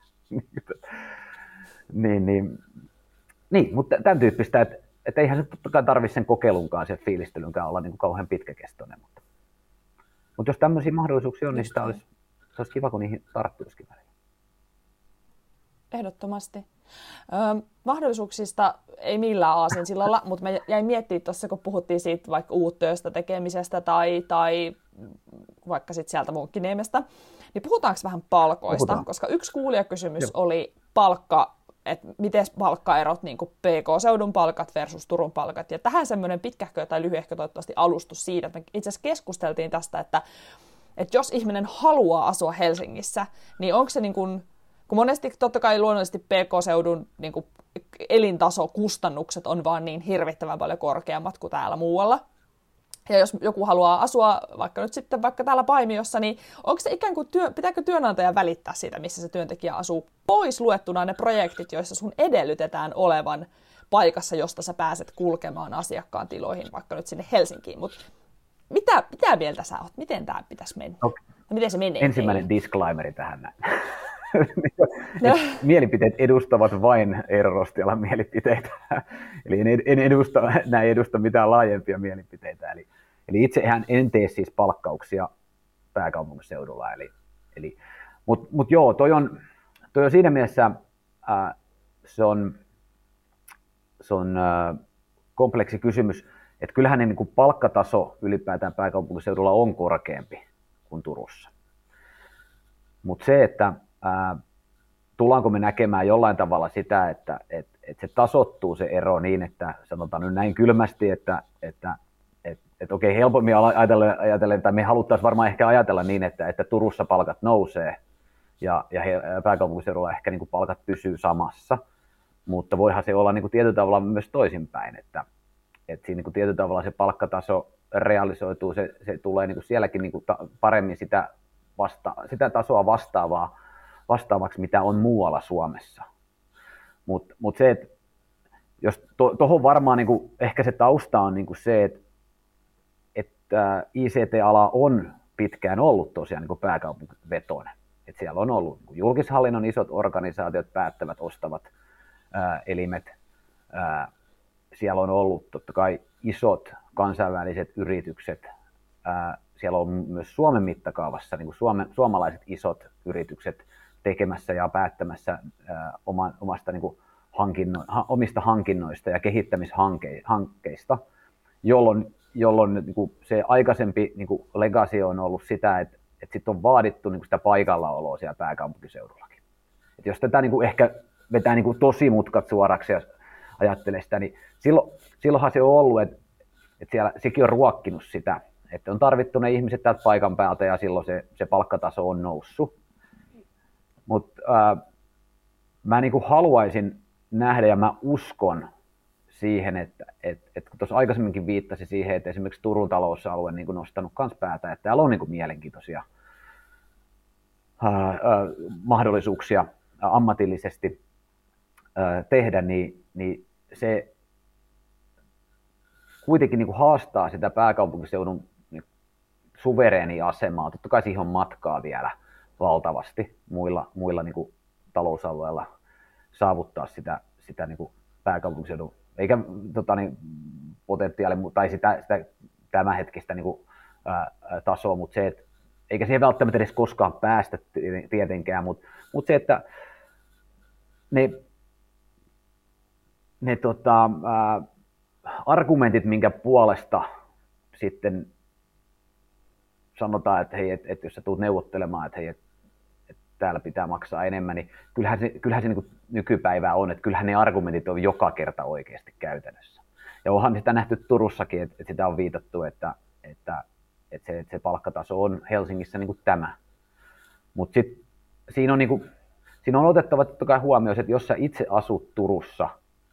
Speaker 2: niin, niin, niin, mutta tämän tyyppistä, että et eihän se totta kai tarvitse sen kokeilunkaan, sen fiilistelynkään olla niin kuin kauhean pitkäkestoinen. Mutta, mutta jos tämmöisiä mahdollisuuksia on, niin sitä olisi, se olisi kiva, kun niihin tarttuisikin välillä.
Speaker 1: Ehdottomasti. Ö, mahdollisuuksista ei millään aasinsillalla, mutta mä jäin miettimään tuossa, kun puhuttiin siitä vaikka uuttööstä tekemisestä tai, tai vaikka sitten sieltä Munkkiniemestä, niin puhutaanko vähän palkoista? Puhutaan. Koska yksi kuulijakysymys Joo. oli palkka, että miten palkkaerot, niin kuin P K-seudun palkat versus Turun palkat. Ja tähän semmoinen pitkähkö tai lyhyehkö toivottavasti alustus siitä, että me itse asiassa keskusteltiin tästä, että, että jos ihminen haluaa asua Helsingissä, niin onko se niin kuin, kun monesti totta kai luonnollisesti P K-seudun niin kuin elintasokustannukset on vaan niin hirvittävän paljon korkeammat kuin täällä muualla. Ja jos joku haluaa asua vaikka nyt sitten vaikka täällä Paimiossa, niin onko se ikään kuin työ, pitääkö työnantaja välittää siitä, missä se työntekijä asuu, pois luettuna ne projektit, joissa sun edellytetään olevan paikassa, josta sä pääset kulkemaan asiakkaan tiloihin, vaikka nyt sinne Helsinkiin. Mutta mitä, mitä mieltä sä oot? Miten tämä pitäisi mennä? Okay. Miten se menee?
Speaker 2: Ensimmäinen Ei. disclaimeri tähän näin. No. Mielipiteet edustavat vain Eero Rostialan mielipiteitä. Eli en, en edusta, näin edusta mitään laajempia mielipiteitä. Eli, eli itsehän en tee siis palkkauksia pääkaupunkiseudulla. Eli, eli, Mutta mut joo, toi on, toi on siinä mielessä äh, se on, se on äh, kompleksi kysymys, että kyllähän ne, niin kuin palkkataso ylipäätään pääkaupunkiseudulla on korkeampi kuin Turussa. Mutta se, että ää, tullaanko me näkemään jollain tavalla sitä, että et, et se tasoittuu se ero niin, että sanotaan nyt näin kylmästi, että, että et, et okei, helpommin ajatellen, ajatellen, tai me haluttaisiin varmaan ehkä ajatella niin, että, että Turussa palkat nousee ja, ja pääkaupunkiseudulla ehkä niin kuin palkat pysyy samassa, mutta voihan se olla niin kuin tietyllä tavalla myös toisinpäin, että, että siinä niin kuin tietyllä tavalla se palkkataso realisoituu, se, se tulee niin kuin sielläkin niin kuin ta, paremmin sitä, vasta, sitä tasoa vastaavaa, vastaavaksi, mitä on muualla Suomessa. Mutta mut se, että jos tuohon to, varmaan niin kuin, ehkä se tausta on niin kuin se, että, että I C T-ala on pitkään ollut tosiaan niin pääkaupunkivetoinen. Et siellä on ollut niin julkishallinnon isot organisaatiot, päättävät, ostavat ää, elimet. Ää, siellä on ollut totta kai isot kansainväliset yritykset. Ää, siellä on myös Suomen mittakaavassa niin kuin Suomen, suomalaiset isot yritykset tekemässä ja päättämässä ää, oma, omasta, niin kuin hankinno, ha, omista hankinnoista ja kehittämishankkeista, jolloin, jolloin niin kuin se aikaisempi niin kuin legacy on ollut sitä, että, että sit on vaadittu niin kuin sitä paikallaoloa siellä pääkaupunkiseudullakin. Et jos tätä niin kuin ehkä vetää niin kuin tosi mutkat suoraksi ja ajattelee sitä, niin silloin, silloinhan se on ollut, että, että siellä, sekin on ruokkinut sitä, että on tarvittu ne ihmiset täältä paikan päältä ja silloin se, se palkkataso on noussut. Mutta äh, mä niinku haluaisin nähdä ja mä uskon siihen, että et, et kun tuossa aikaisemminkin viittasi siihen, että esimerkiksi Turun talousalue on niinku nostanut kans päätä, että täällä on niinku mielenkiintoisia äh, äh, mahdollisuuksia äh, ammatillisesti äh, tehdä, niin, niin se kuitenkin niinku haastaa sitä pääkaupunkiseudun niin suvereenia asemaa. Totta kai siihen on matkaa vielä valtavasti muilla, muilla niin kuin talousalueilla saavuttaa sitä, sitä niin kuin pääkaupunkiseudun, eikä tota, niin, potentiaali, tai sitä, sitä tämänhetkistä niin kuin, ää, tasoa, mutta se, että eikä siihen välttämättä edes koskaan päästä tietenkään, mutta, mutta se, että ne, ne tota, ää, argumentit, minkä puolesta sitten sanotaan, että hei, et, et jos sä tulet neuvottelemaan, että hei, et, et täällä pitää maksaa enemmän, niin kyllähän se, kyllähän se niin kuin nykypäivää on, että kyllähän ne argumentit on joka kerta oikeasti käytännössä. Ja onhan sitä nähty Turussakin, että, että sitä on viitattu, että, että, että, se, että se palkkataso on Helsingissä niin kuin tämä. Mutta sitten siinä on, niin kuin, siinä on otettava totta kai huomioon, että jos sä itse asut Turussa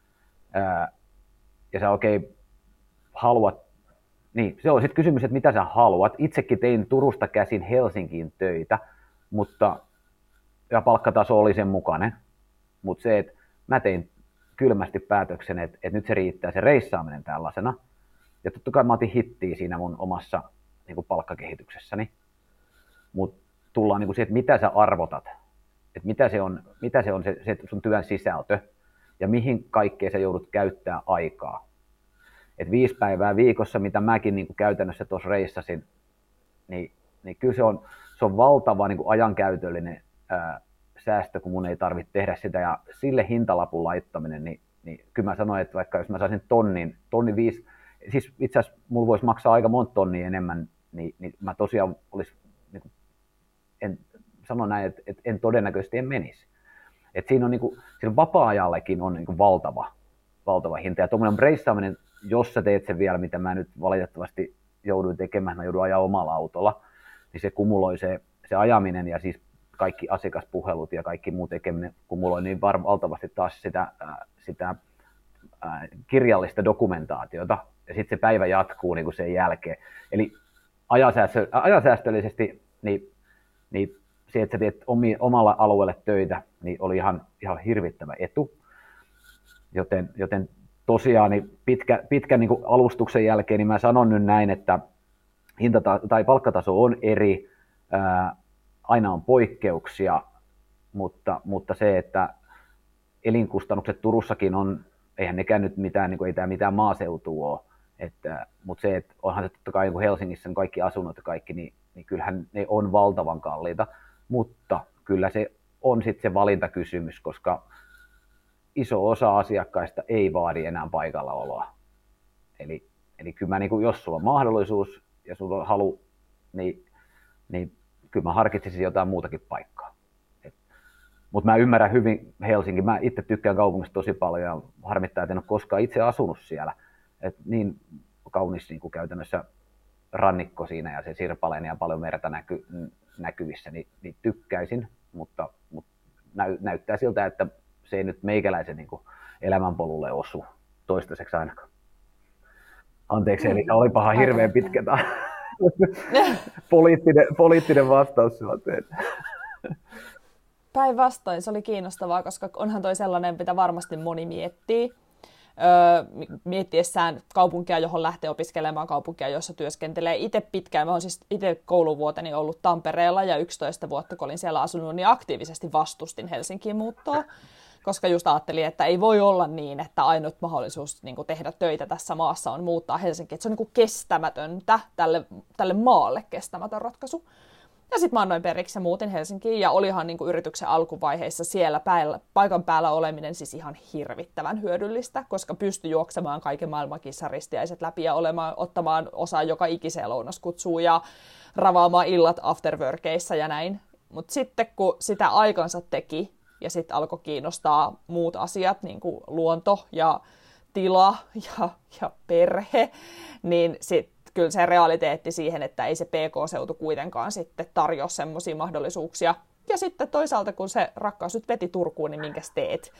Speaker 2: ää, ja sä oikein haluat, niin se on sitten kysymys, että mitä sä haluat. Itsekin tein Turusta käsin Helsinkiin töitä, mutta ja palkkataso oli sen mukainen. Mutta se, että mä tein kylmästi päätöksen, että, että nyt se riittää se reissaaminen tällaisena. Ja totta kai mä otin hittiä siinä mun omassa niin kuin palkkakehityksessäni. Mutta tullaan niin kuin siihen, että mitä sä arvotat. Että mitä se on, mitä se, on se, se sun työn sisältö ja mihin kaikkeen sä joudut käyttää aikaa. Et viisi päivää viikossa, mitä mäkin niin kuin käytännössä tuossa reissasin, niin, niin kyllä se on, se on valtava niin kuin ajankäytöllinen ää, säästö, kun mun ei tarvitse tehdä sitä. Ja sille hintalapun laittaminen, niin, niin kyllä mä sanoin, että vaikka jos mä saisin tonnin, tonni viisi, siis itse asiassa mulla voisi maksaa aika monta tonnia enemmän, niin, niin mä tosiaan olisi, niin kuin, en sano näin, että, että en todennäköisesti en menisi. Et siinä on niin kuin, siinä vapaa-ajallekin on niin kuin valtava, valtava hinta. Ja tuommoinen reissaaminen, jos sä teet sen vielä, mitä mä nyt valitettavasti jouduin tekemään, mä joudun ajaa omalla autolla, niin se kumuloi se, se ajaminen ja siis kaikki asiakaspuhelut ja kaikki muu tekeminen kumuloi niin valtavasti taas sitä, ää, sitä ää, kirjallista dokumentaatiota ja sitten se päivä jatkuu niin kuin sen jälkeen. Eli ajansäästö, ajansäästöllisesti niin, niin se, että sä teet omi, omalla alueelle töitä, niin oli ihan, ihan hirvittävä etu, joten, joten tosiaan niin pitkä, pitkän niin kuin alustuksen jälkeen niin mä sanon nyt näin, että hinta tai palkkataso on eri, ää, aina on poikkeuksia, mutta, mutta se, että elinkustannukset Turussakin on, eihän nekään nyt mitään, niin kuin ei tämä mitään maaseutua ole, että, mutta se, että onhan se totta kai niin kuin Helsingissä kaikki asunnot ja kaikki, niin, niin kyllähän ne on valtavan kalliita, mutta kyllä se on sitten se valintakysymys, koska iso osa asiakkaista ei vaadi enää paikallaoloa. Eli, eli kyllä mä, niin kuin, jos sulla on mahdollisuus ja sulla on halu, niin, niin kyllä mä harkitsisin jotain muutakin paikkaa. Et Mutta mä ymmärrän hyvin Helsinki. Mä itse tykkään kaupungista tosi paljon ja harmittaa, että en ole koskaan itse asunut siellä. Et niin kaunis niin kuin käytännössä rannikko siinä ja se sirpaleen ja paljon merta näky, näkyvissä, niin, niin tykkäisin, mutta, mutta näy, näyttää siltä, että se ei nyt meikäläisen niin kuin elämänpolulle osu toistaiseksi ainakaan. Anteeksi, eli olipahan hirveän pitkä poliittinen, poliittinen vastaus.
Speaker 1: Päinvastoin, se oli kiinnostavaa, koska onhan toi sellainen, mitä varmasti moni miettii. Öö, miettiessään kaupunkia, johon lähtee opiskelemaan, kaupunkia, jossa työskentelee itse pitkään. Mä oon siis itse kouluvuoteni ollut Tampereella ja yksitoista vuotta, kun olin siellä asunut, niin aktiivisesti vastustin Helsinkiin muuttoa, koska just ajattelin, että ei voi olla niin, että ainut mahdollisuus niin kuin tehdä töitä tässä maassa on muuttaa Helsinkiin. Että se on niin kuin kestämätöntä, tälle, tälle maalle kestämätön ratkaisu. Ja sitten mä annoin periksi ja muutin Helsinkiin, ja olihan niin kuin yrityksen alkuvaiheissa siellä päällä, paikan päällä oleminen siis ihan hirvittävän hyödyllistä, koska pystyi juoksemaan kaiken maailman kissaristiäiset läpi ja olemaan, ottamaan osaa joka ikiseen lounaskutsuun ja ravaamaan illat afterworkeissa ja näin. Mutta sitten kun sitä aikansa teki ja sitten alkoi kiinnostaa muut asiat, niin kuin luonto ja tila ja, ja perhe, niin sitten kyllä se realiteetti siihen, että ei se P K-seutu kuitenkaan sitten tarjoa semmoisia mahdollisuuksia. Ja sitten toisaalta, kun se rakkaus nyt veti Turkuun, niin minkäs teet?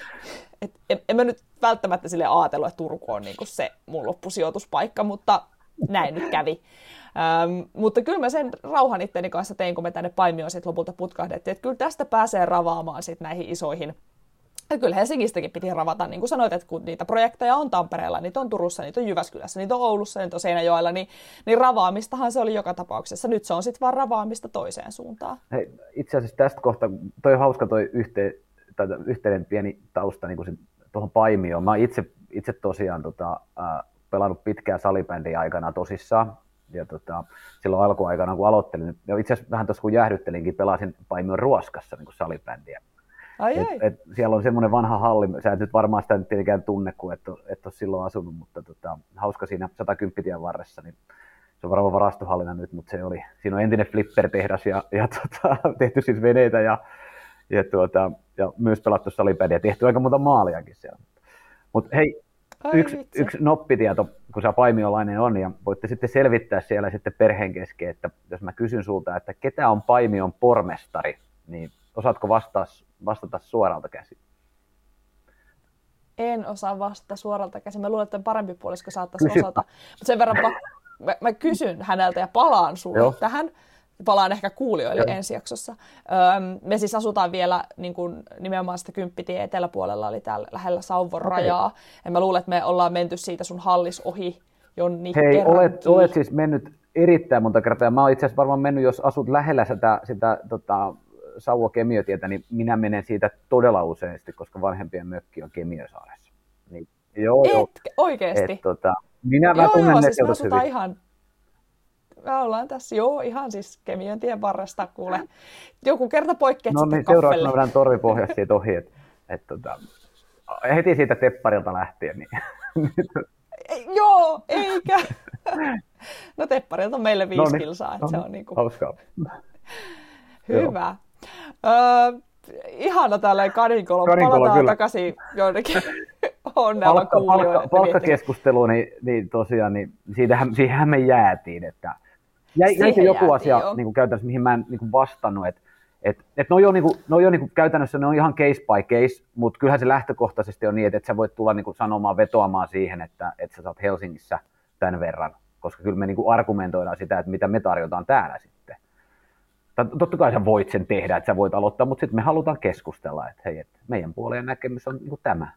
Speaker 1: Et en, en mä nyt välttämättä sille ajatellut, että Turku on niinku se mun loppusijoituspaikka, mutta näin nyt kävi. Ähm, mutta kyllä mä sen rauhan itteni kanssa tein, kun me tänne Paimioon sitten lopulta putkahdettiin, että kyllä tästä pääsee ravaamaan sitten näihin isoihin. Ja kyllä Helsingistäkin piti ravata, niin kuin sanoit, että kun niitä projekteja on Tampereella, niitä on Turussa, niitä on Jyväskylässä, niitä on Oulussa, niitä on Seinäjoella, niin, niin ravaamistahan se oli joka tapauksessa. Nyt se on sitten vaan ravaamista toiseen suuntaan. Hei,
Speaker 2: itse asiassa tästä kohtaa, toi on hauska toi yhteen, tai yhteinen pieni tausta niin tuohon Paimioon. Mä oon itse, itse tosiaan tota, äh, pelannut pitkään salibändiä aikana tosissaan. Ja tota, silloin alkuaikana, kun aloittelin, ja itse asiassa vähän tuossa kun jäähdyttelinkin, pelasin Paimion Ruoskassa niin salibändiä.
Speaker 1: Ai,
Speaker 2: et,
Speaker 1: ai.
Speaker 2: Et siellä on semmoinen vanha halli, sä et nyt varmaan sitä nyt tietenkään tunne, kun et, et ole silloin asunut, mutta tota, hauska siinä sata kymmenen tien varressa, niin se on varmaan varastohallina nyt, mutta se oli, siinä on entinen flipper-tehdas ja, ja tota, tehty siis veneitä ja, ja, tuota, ja myös pelattu salibändiä, tehty aika monta maaliakin siellä. Mutta hei, yksi, yksi noppitieto, kun sä paimiolainen on, ja voitte sitten selvittää siellä sitten perheen kesken, että jos mä kysyn sulta, että ketä on Paimion pormestari, niin osaatko vastata, vastata suoralta käsin?
Speaker 1: En osaa vastata suoralta käsin. Mä luulen, että parempi puolisko saattaisi Kysypä. osata. Mutta sen verran mä, mä kysyn häneltä ja palaan sulle Joo. tähän. Palaan ehkä kuulijoille Joo. ensi jaksossa. Öö, me siis asutaan vielä niin kuin nimenomaan sitä Kymppitien eteläpuolella, eli täällä lähellä Sauvon okay. rajaa. Ja mä luulen, että me ollaan menty siitä sun hallis ohi Jonni
Speaker 2: Hei, olet, olet siis mennyt erittäin monta kertaa. Mä oon itse asiassa varmaan mennyt, jos asut lähellä sitä, sitä tota, Sauvo Kemiötietä, niin minä menen siitä todella useasti, koska vanhempien mökki on Kemiösaaressa. Niin, joo,
Speaker 1: Et,
Speaker 2: joo.
Speaker 1: oikeesti?
Speaker 2: Et, tota, minä mä
Speaker 1: joo,
Speaker 2: tunnen
Speaker 1: joo,
Speaker 2: ne
Speaker 1: siis me asutaan
Speaker 2: hyvin.
Speaker 1: ihan, me ollaan tässä, joo, ihan siis Kemiön tien varresta, kuule. Joku kerta poikkeat
Speaker 2: no,
Speaker 1: sitten
Speaker 2: niin,
Speaker 1: kaffelle.
Speaker 2: Seuraavaksi mä vedän torvipohjasta siitä ohi, että et, tota, heti siitä Tepparilta lähtien. Niin.
Speaker 1: Joo, eikä. No Tepparilta on meille viisi
Speaker 2: no niin,
Speaker 1: kilsaa, että
Speaker 2: no
Speaker 1: se
Speaker 2: niin,
Speaker 1: on niinku...
Speaker 2: hauskaa.
Speaker 1: Hyvä. Öö, ihana tällainen kaninkolo. Palataan kyllä takaisin jonnekin onnella
Speaker 2: palkka,
Speaker 1: kuulijoille.
Speaker 2: Palkka, palkkakeskustelu, niin, niin tosiaan, niin siitähän, siitähän me jäätiin. Että jäi, jäikö joku jäätiin, asia niin kuin käytännössä, mihin mä en niin kuin vastannut, että et, et ne on jo, niin kuin, ne on jo niin kuin, käytännössä ne on ihan case by case, mutta kyllähän se lähtökohtaisesti on niin, että et sä voit tulla niin kuin sanomaan, vetoamaan siihen, että et sä saat Helsingissä tämän verran, koska kyllä me niin kuin argumentoidaan sitä, että mitä me tarjotaan täällä sitten. Totta kai sä voit sen tehdä, että sä voit aloittaa, mutta sitten me halutaan keskustella, että hei, että meidän puolen näkemys on niin kuin tämä.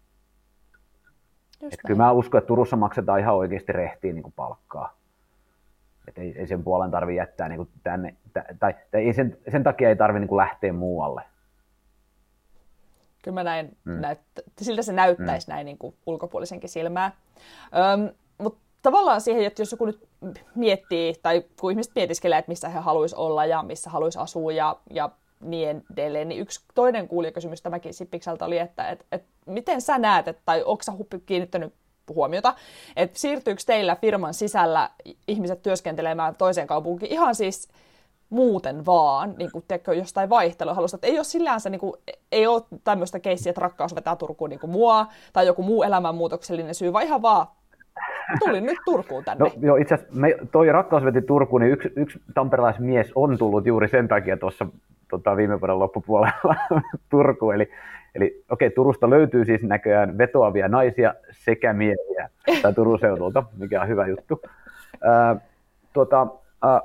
Speaker 2: Että kyllä mä uskon, että Turussa maksetaan ihan oikeasti rehtiin niin kuin palkkaa. Että ei, ei sen puolen tarvitse jättää niin kuin tänne, tai, tai ei sen, sen takia ei tarvitse niin kuin lähteä muualle.
Speaker 1: Kyllä mä näin, mm. näyt, siltä se näyttäisi mm. näin niin kuin ulkopuolisenkin silmää. Öm, mutta tavallaan siihen, että jos joku nyt miettii, tai kun ihmiset mietiskelee, että missä he haluaisi olla ja missä haluaisi asua ja, ja niin edelleen, niin yksi toinen kuulijakysymys tämäkin Sippikseltä oli, että et, et, miten sä näet, et, tai onko sä kiinnittänyt huomiota, että siirtyykö teillä firman sisällä ihmiset työskentelemään toiseen kaupunkiin ihan siis muuten vaan, niin kuin, tiedätkö, jostain vaihteluhalusta. Että ei ole sillään se, niin kuin, ei ole tämmöistä keissiä, että rakkaus vetää Turkuun niin kuin mua, tai joku muu elämänmuutoksellinen syy, vaan ihan vaan tulin nyt Turkuun tänne.
Speaker 2: No joo, itse asiassa me, toi rakkaus veti Turkuun, niin yksi, yksi tamperelaismies on tullut juuri sen takia tuossa tota, viime vuoden loppupuolella Turkuun. Eli, eli okei, okay, Turusta löytyy siis näköjään vetoavia naisia sekä miehiä tai Turun seudulta, mikä on hyvä juttu. Ää, tuota, ää,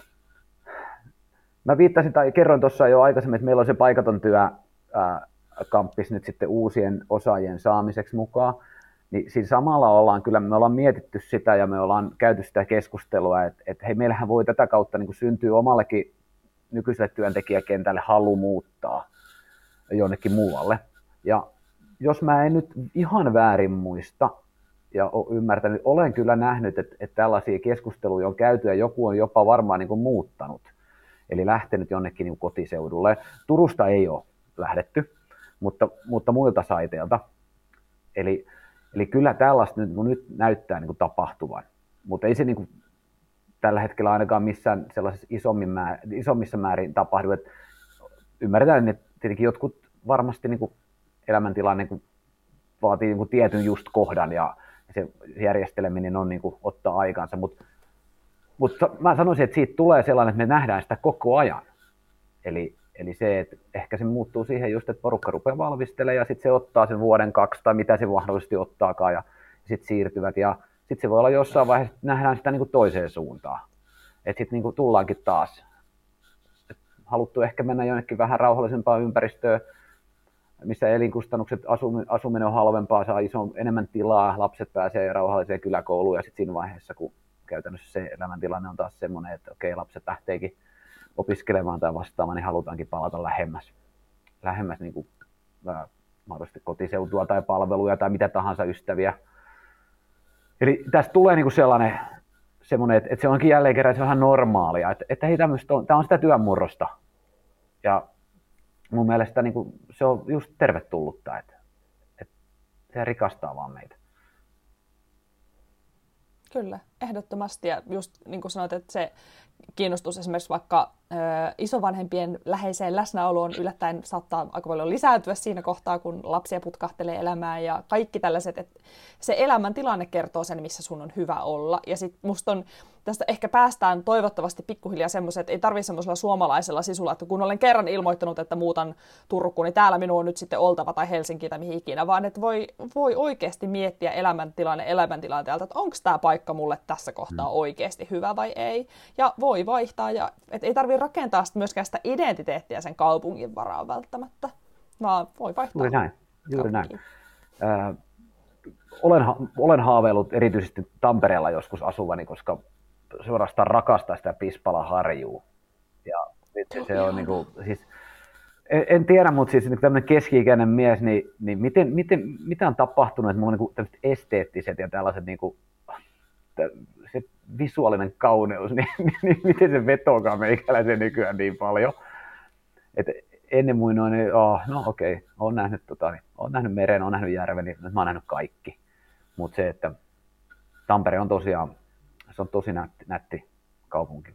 Speaker 2: mä viittasin tai kerroin tuossa jo aikaisemmin, että meillä on se paikaton työ ää, kamppis nyt sitten uusien osaajien saamiseksi mukaan. Niin siinä samalla ollaan kyllä, me ollaan mietitty sitä ja me ollaan käyty sitä keskustelua, että, että hei, meillähän voi tätä kautta niin kuin syntyä omallekin nykyiselle työntekijäkentälle halu muuttaa jonnekin muualle. Ja jos mä en nyt ihan väärin muista ja ole ymmärtänyt, olen kyllä nähnyt, että, että tällaisia keskusteluja on käyty ja joku on jopa varmaan niin kuin muuttanut, eli lähtenyt jonnekin niin kuin kotiseudulle. Turusta ei ole lähdetty, mutta, mutta muilta saiteilta. Eli Eli kyllä tällaista nyt, nyt näyttää niin kuin tapahtuvan, mutta ei se niin kuin tällä hetkellä ainakaan missään sellaisessa isommin määr, isommissa määrin tapahdu. Et ymmärretään, että tietenkin jotkut varmasti niin kuin elämäntilanne niin kuin vaatii niin kuin tietyn just kohdan ja se järjesteleminen on niin kuin ottaa aikansa, mutta mut mä sanoisin, että siitä tulee sellainen, että me nähdään sitä koko ajan. Eli Eli se, että ehkä se muuttuu siihen just, että porukka rupeaa valmistelemaan ja sitten se ottaa sen vuoden kaksi tai mitä se mahdollisesti ottaakaan ja sitten siirtyvät. Ja sitten se voi olla jossain vaiheessa, että nähdään sitä niin kuin toiseen suuntaan. Että sitten niin kuin tullaankin taas. Et haluttu ehkä mennä jonnekin vähän rauhallisempaan ympäristöön, missä elinkustannukset, asuminen on halvempaa, saa iso, enemmän tilaa, lapset pääsee rauhalliseen kyläkouluun ja sitten siinä vaiheessa, kun käytännössä se elämäntilanne on taas semmoinen, että okei, lapset lähteekin opiskelemaan tai vastaamaan, niin halutaankin palata lähemmäs, lähemmäs niin kuin, ää, mahdollisesti kotiseutua tai palveluja tai mitä tahansa ystäviä. Eli tästä tulee niin kuin sellainen, semmoinen, että, että se onkin jälleen kerran se vähän normaalia, että, että hei, on, tämä on sitä työnmurrosta. Ja mun mielestä niin kuin, se on just tervetullutta, että, että se rikastaa vaan meitä.
Speaker 1: Kyllä, ehdottomasti. Ja just niin kuin sanoit, että se kiinnostus esimerkiksi vaikka ö, isovanhempien läheiseen läsnäoloon yllättäen saattaa aika paljon lisääntyä siinä kohtaa, kun lapsia putkahtelee elämään ja kaikki tällaiset, että se elämäntilanne kertoo sen, missä sun on hyvä olla. Ja sitten musta on, tästä ehkä päästään toivottavasti pikkuhiljaa semmoiseen, että ei tarvitse semmoisella suomalaisella sisulla, että kun olen kerran ilmoittanut, että muutan Turkuun, niin täällä minun on nyt sitten oltava tai Helsinkiin tai mihin ikinä, vaan että voi, voi oikeasti miettiä elämäntilanne elämäntilanteelta, että onko tämä paikka mulle tässä kohtaa oikeasti hyvä vai ei. Ja voi vaihtaa, ja et ei tarvitse rakentaa myöskään sitä identiteettiä sen kaupungin varaan välttämättä, vaan voi vaihtaa.
Speaker 2: Juuri näin. Juuri näin. Äh, olen, olen haaveillut erityisesti Tampereella joskus asuvani, koska suorastaan rakastaa sitä Pispala-harjua. Ja se, se on niinku, siis, en, en tiedä, mutta siis niin tämmöinen keski-ikäinen mies, niin, niin miten, miten, mitä on tapahtunut, että mulla on niin tämmöiset esteettiset ja tällaiset niin kuin, se visuaalinen kauneus, niin, niin, niin miten se vetoakaan meikäläisen nykyään niin paljon. Et ennen muinoin, niin, oh, no okei, okay, olen nähnyt, tota, olen nähnyt meren, olen nähnyt järven, niin mä oon nähnyt kaikki. Mutta se, että Tampere on tosiaan, se on tosi nätti, nätti kaupunki.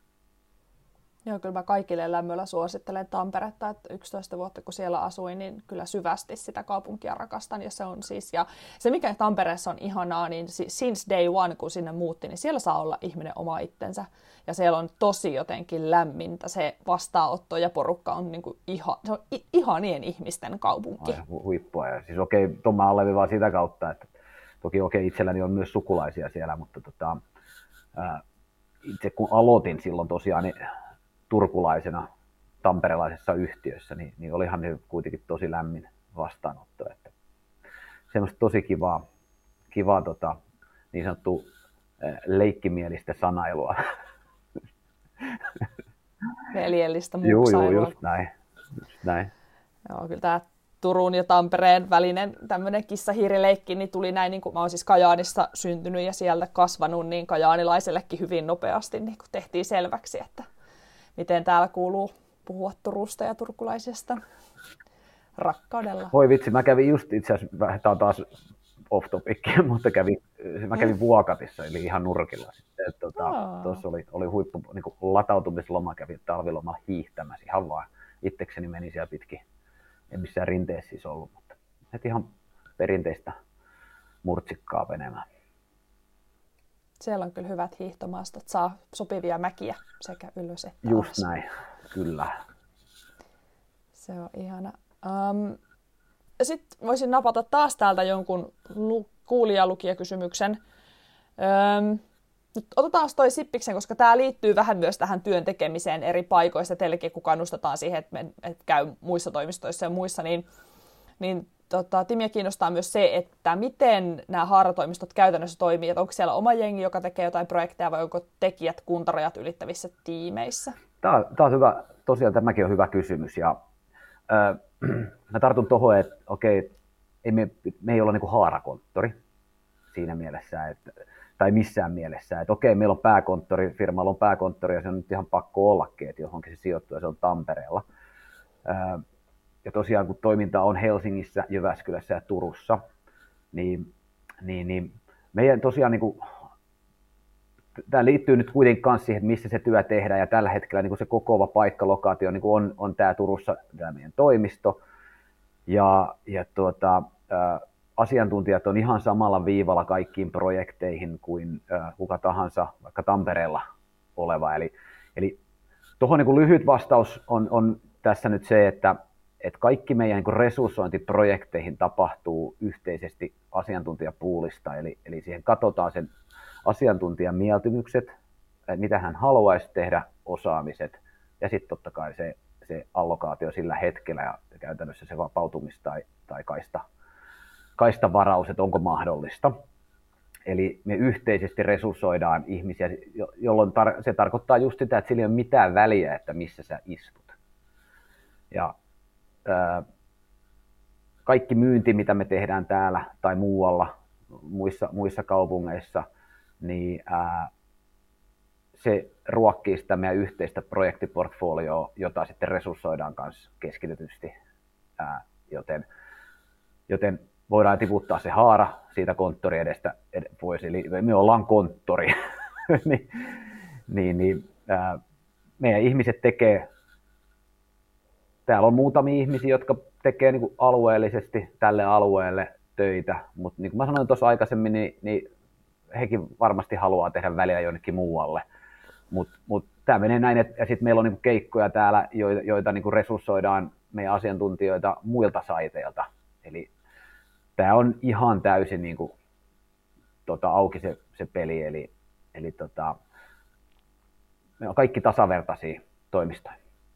Speaker 1: Joo, kyllä mä kaikille lämmöllä suosittelen Tamperetta, että yksitoista vuotta kun siellä asuin, niin kyllä syvästi sitä kaupunkia rakastan. Ja se on siis, ja se mikä Tampereessa on ihanaa, niin since day one kun sinne muutti, niin siellä saa olla ihminen oma itsensä. Ja siellä on tosi jotenkin lämmintä, se vastaanotto ja porukka on, niin kuin iha, se on ihanien ihmisten kaupunki.
Speaker 2: Ai, huippua, ja siis okei, okay, tuon mä alleviivaan sitä kautta, että toki okei, okay, itselläni on myös sukulaisia siellä, mutta tota, ää, itse kun aloitin silloin tosiaan, niin turkulaisena tamperelaisessa yhtiössä, niin, niin olihan ne kuitenkin tosi lämmin vastaanotto. Että semmoista tosi kivaa, kivaa tota, niin sanottu leikkimielistä sanailua.
Speaker 1: Veljellistä muksailua.
Speaker 2: Joo, joo, just näin. Just näin.
Speaker 1: Joo, kyllä tämä Turun ja Tampereen välinen tämmöinen kissahiirileikki niin tuli näin, niin kuin mä oon siis Kajaanissa syntynyt ja sieltä kasvanut, niin kajaanilaisellekin hyvin nopeasti niin kuin tehtiin selväksi, että miten täällä kuuluu puhua Turusta ja turkulaisesta rakkaudella.
Speaker 2: Voi vitsi, mä kävin just itse asiassa, tämä on taas off topic, mutta kävin, mä kävin Vuokatissa, eli ihan nurkilla sitten Tota, tuossa oli, oli huippu niin kuin latautumisloma, kävi talviloma hiihtämässä ihan vaan. Itsekseni meni siellä pitkin, en missään rinteessä siis ollut, mutta heti ihan perinteistä murtsikkaa menemään.
Speaker 1: Siellä on kyllä hyvät hiihtomaastot, saa sopivia mäkiä sekä ylös että
Speaker 2: Just
Speaker 1: alas.
Speaker 2: näin, kyllä.
Speaker 1: Se on ihana. Um, Sitten voisin napata taas täältä jonkun lu- kuulijalukijakysymyksen. Um, nyt otetaan toi Sippiksen, koska tämä liittyy vähän myös tähän työn tekemiseen eri paikoissa. Teillekin, kun kannustetaan siihen, että, me, että käy muissa toimistoissa ja muissa, niin, niin tota, Timiä kiinnostaa myös se, että miten nämä haaratoimistot käytännössä toimii. Että onko siellä oma jengi, joka tekee jotain projekteja, vai onko tekijät kuntarajat ylittävissä tiimeissä?
Speaker 2: Tämä, tämä on hyvä, tosiaan tämäkin on hyvä kysymys. Ja, äh, mä tartun tuohon, että okei, ei me, me ei olla niin kuin haarakonttori siinä mielessä, että, tai missään mielessä. Että okei, meillä on pääkonttori, firmalla on pääkonttori ja se on nyt ihan pakko ollakin, että johonkin se sijoittuu ja se on Tampereella. Äh, ja tosiaan kun toiminta on Helsingissä, Jyväskylässä ja Turussa, niin, niin, niin meidän tosiaan niin kuin, tämä liittyy nyt kuitenkin myös siihen, missä se työ tehdään, ja tällä hetkellä niin kuin se kokoava paikkalokaatio niin kuin on, on tämä Turussa tämä meidän toimisto, ja, ja tuota, ä, asiantuntijat on ihan samalla viivalla kaikkiin projekteihin kuin ä, kuka tahansa, vaikka Tampereella oleva. Eli, eli tuohon niin kuin lyhyt vastaus on, on tässä nyt se, että, että kaikki meidän niin kuin resurssointiprojekteihin tapahtuu yhteisesti asiantuntijapuulista, eli, eli siihen katsotaan sen asiantuntijan mieltymykset, mitä hän haluaisi tehdä, osaamiset ja sitten totta kai se, se allokaatio sillä hetkellä ja käytännössä se vapautumis- tai, tai kaista, kaistavaraus, että onko mahdollista. Eli me yhteisesti resurssoidaan ihmisiä, jolloin tar- se tarkoittaa just sitä, että sillä ei ole mitään väliä, että missä sä istut. Ja ää, kaikki myynti, mitä me tehdään täällä tai muualla, muissa, muissa kaupungeissa, niin ää, se ruokkii sitä meidän yhteistä projektiportfolioa, jota sitten resurssoidaan kanssa keskitytysti, ää, joten, joten voidaan tiputtaa se haara siitä konttori edestä ed, pois, eli me ollaan konttori, niin, niin, niin ää, meidän ihmiset tekee, täällä on muutamia ihmisiä, jotka tekee niin kuin alueellisesti tälle alueelle töitä, mutta niin kuin mä sanoin tuossa aikaisemmin, niin, niin hekin varmasti haluaa tehdä välillä jonnekin muualle. Mutta mut tämä menee näin, että sitten meillä on niinku keikkoja täällä, joita, joita niinku resurssoidaan meidän asiantuntijoita muilta saiteilta. Eli tämä on ihan täysin niinku, tota, auki se, se peli, eli, eli tota, me on kaikki tasavertaisia toimistoja.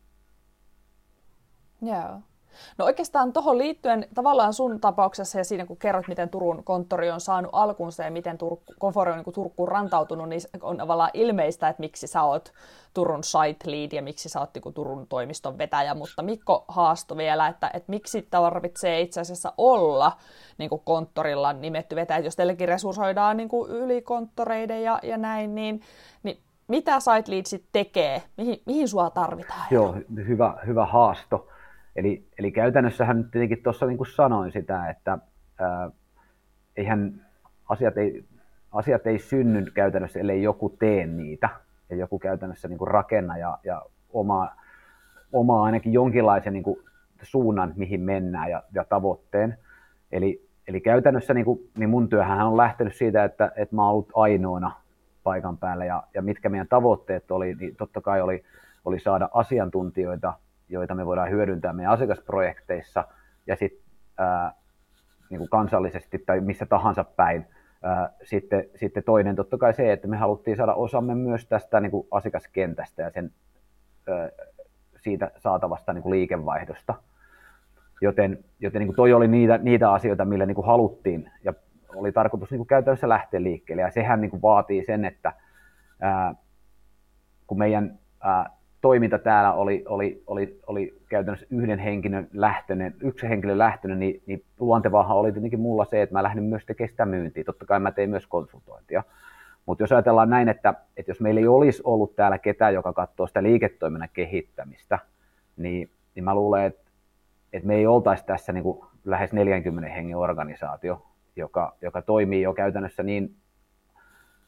Speaker 1: Joo. No oikeastaan tuohon liittyen tavallaan sun tapauksessa ja siinä kun kerrot, miten Turun konttori on saanut alkunsa ja miten Tur- Konfori on niin Turkuun rantautunut, niin on tavallaan ilmeistä, että miksi sä oot Turun site lead ja miksi sä oot niin Turun toimiston vetäjä, mutta Mikko haastoi vielä, että, että miksi tarvitsee itse asiassa olla niin kuin konttorilla nimetty vetäjä, jos teillekin resurssoidaan niin kuin yli konttoreiden ja, ja näin, niin, niin mitä site lead sitten tekee, mihin, mihin sua tarvitaan?
Speaker 2: Joo, hyvä, hyvä haasto. Eli, eli käytännössähän nyt tietenkin tuossa niin kuin sanoin sitä, että ää, eihän asiat ei, asiat ei synny käytännössä, ellei joku tee niitä ja joku käytännössä niin kuin rakenna ja, ja omaa, omaa ainakin jonkinlaisen niin kuin suunnan, mihin mennään ja, ja tavoitteen. Eli, eli käytännössä niin kuin, niin mun työhän on lähtenyt siitä, että, että mä oon ollut ainoana paikan päällä ja, ja mitkä meidän tavoitteet oli, niin totta kai oli, oli saada asiantuntijoita, joita me voidaan hyödyntää meidän asiakasprojekteissa ja sitten niin kansallisesti tai missä tahansa päin. Ää, sitten, sitten toinen totta kai se, että me haluttiin saada osamme myös tästä niin kuin asiakaskentästä ja sen, ää, siitä saatavasta niin kuin liikevaihdosta. Joten, joten niin kuin toi oli niitä, niitä asioita, millä niin kuin haluttiin ja oli tarkoitus niin kuin käytännössä lähteä liikkeelle. Ja sehän niin kuin vaatii sen, että ää, kun meidän ää, toiminta täällä oli, oli, oli, oli käytännössä yhden henkilön lähtöinen, yksi henkilö lähtöinen, niin, niin luontevaahan oli tietenkin mulla se, että mä lähdin myös tekemään sitä myyntiä. Totta kai mä tein myös konsultointia. Mutta jos ajatellaan näin, että, että jos meillä ei olisi ollut täällä ketään, joka katsoo sitä liiketoiminnan kehittämistä, niin, niin mä luulen, että, että me ei oltaisi tässä niin kuin lähes neljänkymmenen hengen organisaatio, joka, joka toimii jo käytännössä niin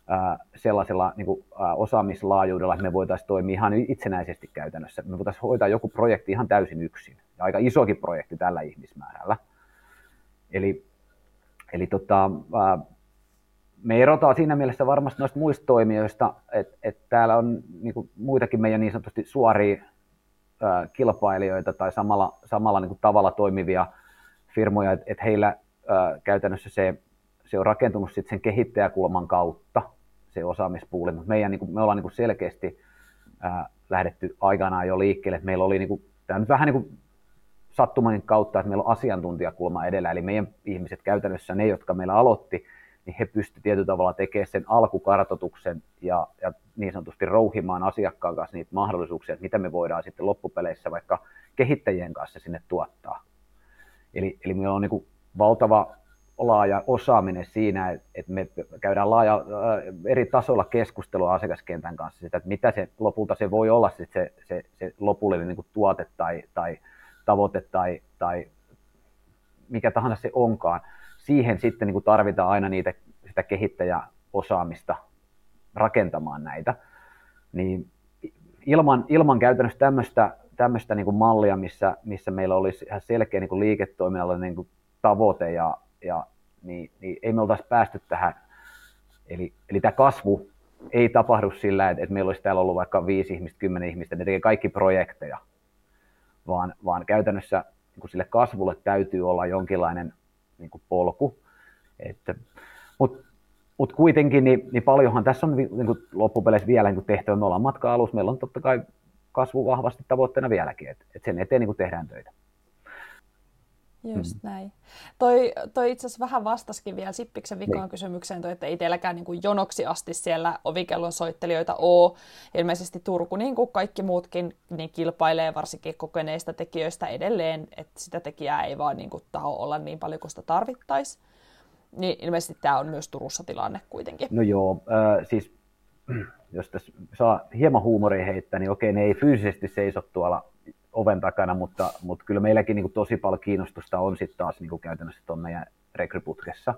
Speaker 2: sellaisella niin kuin, osaamislaajuudella, että me voitaisiin toimia ihan itsenäisesti käytännössä. Me voitaisiin hoitaa joku projekti ihan täysin yksin, ja aika isokin projekti tällä ihmismäärällä. Eli, eli tota, me erotaan siinä mielessä varmasti noista muista toimijoista, että, että täällä on niin kuin, muitakin meidän niin sanotusti suoria ää, kilpailijoita tai samalla, samalla niin kuin, tavalla toimivia firmoja, että, että heillä ää, käytännössä se, se on rakentunut sit sen kehittäjäkulman kautta, se osaamispuuli, mutta meidän, niin kuin, me ollaan niin kuin selkeästi ää, lähdetty aikanaan jo liikkeelle, että meillä oli niin kuin, tämä nyt vähän niin kuin sattuman kautta, että meillä on asiantuntijakulma edellä, eli meidän ihmiset käytännössä, ne jotka meillä aloitti, niin he pystyivät tietyllä tavalla tekemään sen alkukartoituksen ja, ja niin sanotusti rouhimaan asiakkaan kanssa niitä mahdollisuuksia, että mitä me voidaan sitten loppupeleissä vaikka kehittäjien kanssa sinne tuottaa. Eli, eli meillä on niin kuin valtava laaja osaaminen siinä, että me käydään laaja, eri tasoilla keskustelua asiakaskentän kanssa sitä, että mitä se lopulta se voi olla se, se, se, se lopullinen niin kuin tuote tai, tai tavoite tai, tai mikä tahansa se onkaan. Siihen sitten niin kuin tarvitaan aina niitä, sitä kehittäjäosaamista rakentamaan näitä. Niin ilman, ilman käytännössä tämmöistä, tämmöistä niin kuin mallia, missä, missä meillä olisi ihan selkeä niin kuin liiketoiminnallinen niin kuin tavoite, ja, ja, niin, niin ei me oltaisi päästy tähän. Eli, eli tämä kasvu ei tapahdu sillä, että, että meillä olisi täällä ollut vaikka viisi ihmistä, kymmenen ihmistä, ne tekee kaikki projekteja, vaan, vaan käytännössä niin kuin sille kasvulle täytyy olla jonkinlainen niin kuin polku. Mutta mut kuitenkin niin, niin paljonhan tässä on niin kuin loppupeleissä vielä niin kuin tehtävä. Me ollaan matka-alussa, meillä on totta kai kasvu vahvasti tavoitteena vieläkin, että et sen eteen niin kuin tehdään töitä.
Speaker 1: Just mm. näin. Toi, toi itse asiassa vähän vastasikin vielä Sippiksen vikaan niin. kysymykseen, toi, että ei teilläkään niin kuin jonoksi asti siellä ovikellon soittelijoita ole. Ilmeisesti Turku, niin kuin kaikki muutkin, niin kilpailee varsinkin kokeneista tekijöistä edelleen, että sitä tekijää ei vaan niin kuin taho olla niin paljon kuin sitä tarvittaisi. Niin ilmeisesti tämä on myös Turussa tilanne kuitenkin.
Speaker 2: No joo, äh, siis jos tässä saa hieman huumoria heittää, niin okei, ne ei fyysisesti seiso tuolla oven takana, mutta, mutta kyllä meilläkin niin kuin tosi paljon kiinnostusta on sitten taas niin kuin käytännössä tuon meidän rekryputkessa.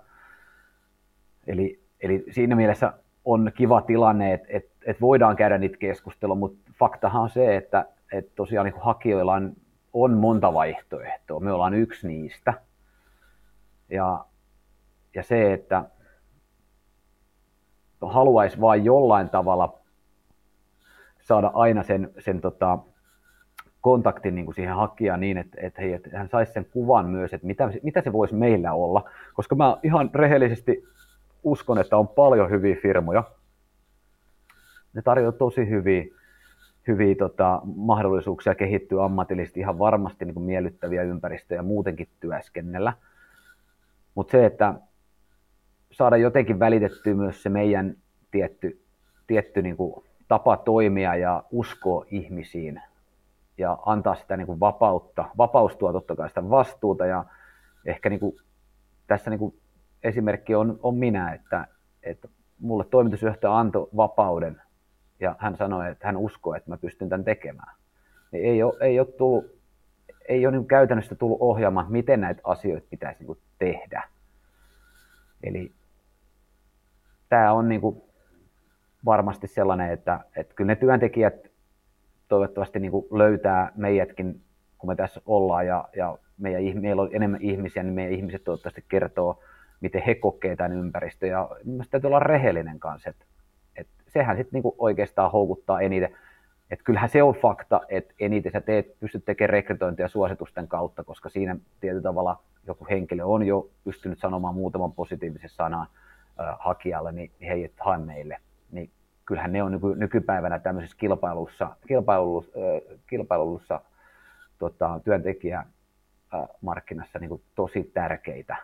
Speaker 2: Eli, eli siinä mielessä on kiva tilanne, että et, et voidaan käydä niitä keskustelua, mutta faktahan on se, että et tosiaan niin kuin hakijoilla on, on monta vaihtoehtoa. Me ollaan yksi niistä. Ja, ja se, että haluaisi vain jollain tavalla saada aina sen, sen tota, kontaktin niin kuin siihen hakijaan niin, että, että, hei, että hän saisi sen kuvan myös, että mitä, mitä se voisi meillä olla. Koska mä ihan rehellisesti uskon, että on paljon hyviä firmoja. Ne tarjoavat tosi hyviä, hyviä tota, mahdollisuuksia kehittyä ammatillisesti, ihan varmasti niin kuin miellyttäviä ympäristöjä muutenkin työskennellä. Mutta se, että saada jotenkin välitettyä myös se meidän tietty, tietty niin kuin tapa toimia ja uskoa ihmisiin ja antaa sitä niin kuin vapautta, vapaustua totta kai sitä vastuuta, ja ehkä niin kuin, tässä niin kuin esimerkki on, on minä, että, että mulle toimitusjohtaja antoi vapauden ja hän sanoi, että hän uskoo, että mä pystyn tämän tekemään. Ei ole, ei ole, tullut, ei ole niin kuin käytännössä tullut ohjaamaan, miten näitä asioita pitäisi niin kuin tehdä. Eli tämä on niin kuin varmasti sellainen, että, että kyllä ne työntekijät toivottavasti niin kuin löytää meidätkin, kun me tässä ollaan, ja, ja meidän, meillä on enemmän ihmisiä, niin meidän ihmiset toivottavasti kertoo, miten he kokee tämän ympäristön. Ja mielestäni täytyy olla rehellinen kanssa, että, että sehän sitten niin kuin oikeastaan houkuttaa eniten. Että kyllähän se on fakta, että eniten sä teet, pystyt tekemään rekrytointia suositusten kautta, koska siinä tietyllä tavalla joku henkilö on jo pystynyt sanomaan muutaman positiivisen sanan äh, hakijalle, niin hei, että hae meille. Niin kyllähän ne on nyky, nykypäivänä tämmöisessä kilpailussa, kilpailussa, äh, kilpailussa tota, työntekijämarkkinassa niin kuin tosi tärkeitä.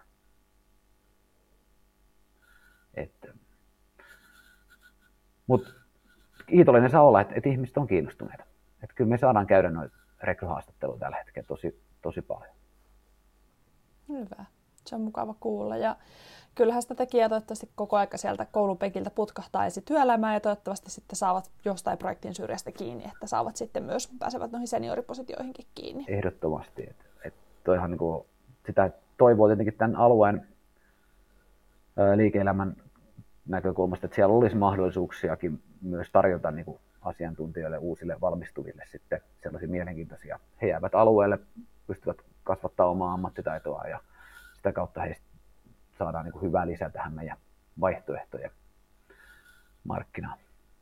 Speaker 2: Mutta kiitollinen saa olla, että, että ihmiset on kiinnostuneita. Että kyllä me saadaan käydä noita rekryhaastatteluja tällä hetkellä tosi, tosi paljon.
Speaker 1: Hyvä. Se on mukava kuulla. Ja kyllähän sitä tekijää toivottavasti koko ajan sieltä koulupekiltä putkahtaa esi työelämään, ja toivottavasti sitten saavat jostain projektin syrjästä kiinni, että saavat sitten myös, pääsevät noihin senioripositioihinkin kiinni.
Speaker 2: Ehdottomasti. Et, et toihan niin kuin, sitä toivoo tietenkin tämän alueen ää, liike-elämän näkökulmasta, että siellä olisi mahdollisuuksiakin myös tarjota niin kuin asiantuntijoille, uusille valmistuville sitten sellaisia mielenkiintoisia. He jäävät alueelle, pystyvät kasvattaa omaa ammattitaitoa ja sitä kautta heistä saadaan niin kuin hyvää lisää tähän meidän vaihtoehtojen markkinaan.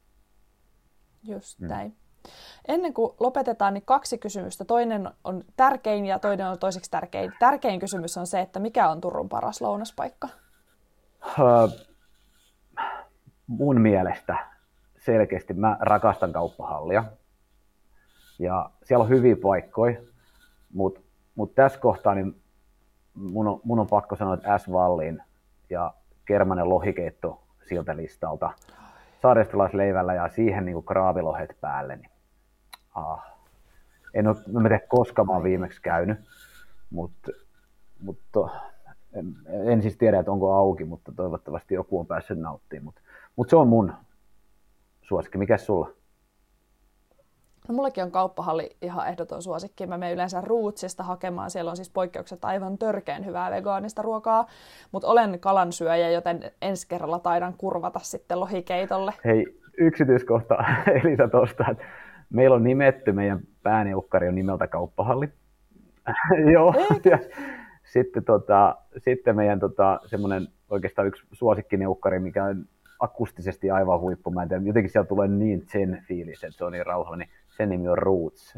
Speaker 1: Just näin. Mm. Ennen kuin lopetetaan, niin kaksi kysymystä. Toinen on tärkein ja toinen on toiseksi tärkein. Tärkein kysymys on se, että mikä on Turun paras lounaspaikka?
Speaker 2: Uh, mun mielestä selkeästi mä rakastan kauppahallia. Ja siellä on hyviä paikkoja, mutta mut tässä kohtaa niin mun, on, mun on pakko sanoa, että S-Vallin ja Kermanen lohikeitto siltä listalta. Saaristolaisleivällä ja siihen niin kraavilohet päälle. Niin, ah, en ole, en tiedä koska mä oon viimeksi käynyt, mutta mut, en, en siis tiedä, että onko auki, mutta toivottavasti joku on päässyt nauttimaan. Mutta mut se on mun suosikki. Mikäs sulla?
Speaker 1: No, mullakin on kauppahalli ihan ehdoton suosikki. Mä menen yleensä Rootsista hakemaan. Siellä on siis poikkeukset aivan törkeän hyvää vegaanista ruokaa. Mutta olen kalansyöjä, joten ensi kerralla taidan kurvata sitten lohikeitolle.
Speaker 2: Hei, yksityiskohta Elisa tosta, että meillä on nimetty, meidän pääneukkari on nimeltä kauppahalli. Joo. Ja sitten, tota, sitten meidän tota, semmoinen oikeastaan yksi suosikkineukkari, mikä on akustisesti aivan huippu. Mä en tiedä, jotenkin siellä tulee niin zen fiilis, että se on niin rauhallinen. Sen nimi on Roots.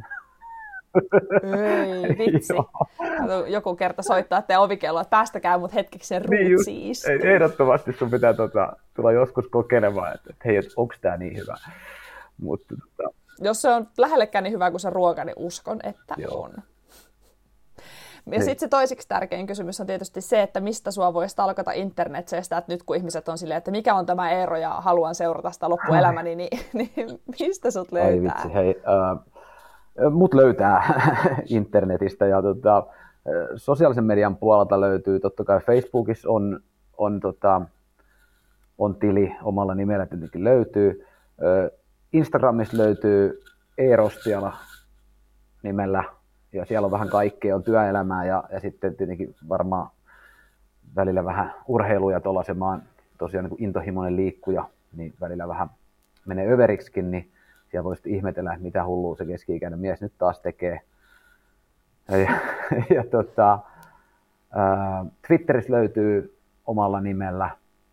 Speaker 1: Ei, vitsi. Joku kerta soittaa teidän ovikelloa, että päästäkää mut hetkeksi sen Rootsiin.
Speaker 2: Niin ehdottomasti sun pitää tota, tulla joskus kokeilemaan, että, että hei, onko tää niin hyvä. Mutta, tota...
Speaker 1: Jos se on lähellekään niin hyvä kuin se ruoka, niin uskon, että Joo. on. Ja sitten se toiseksi tärkein kysymys on tietysti se, että mistä sua voisi talkata internetsestä, että nyt kun ihmiset on silleen, että mikä on tämä Eero ja haluan seurata sitä loppuelämäni, niin, niin mistä sut löytää?
Speaker 2: Ai vitsi, hei. Äh, mut löytää internetistä ja tota, sosiaalisen median puolelta löytyy, totta kai Facebookissa on, on, tota, on tili omalla nimellä tietenkin löytyy. Äh, Instagramissa löytyy Eerostiala nimellä. Ja siellä on vähän kaikkea, on työelämää ja, ja sitten tietenkin varmaan välillä vähän urheiluja tuollaisen. Mä oon tosiaan niin intohimoinen liikkuja, niin välillä vähän menee överiksikin, niin siellä voi sitten ihmetellä, että mitä hullua se keski-ikäinen mies nyt taas tekee. Ja, ja tota, ää, Twitterissä löytyy omalla nimellä.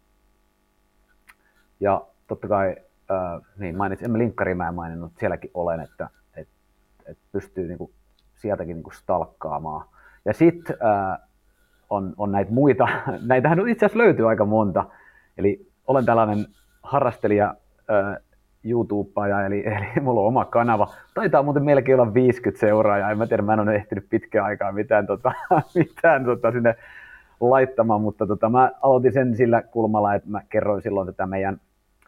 Speaker 2: Ja totta kai, ää, niin mainitsin, en mä linkkarimäen maininnut, sielläkin olen, että et, et pystyy niinku sieltäkin niin kuin stalkkaamaan. Ja sitten äh, on, on näitä muita, näitähän itse asiassa löytyy aika monta. Eli olen tällainen harrastelija äh, YouTubaaja, eli, eli mulla on oma kanava. Taitaa muuten melkein olla viisikymmentä seuraajaa, en mä tiedä, mä en ole ehtinyt pitkään aikaa mitään, tota, mitään tota, sinne laittamaan, mutta tota, mä aloitin sen sillä kulmalla, että mä kerroin silloin tätä meidän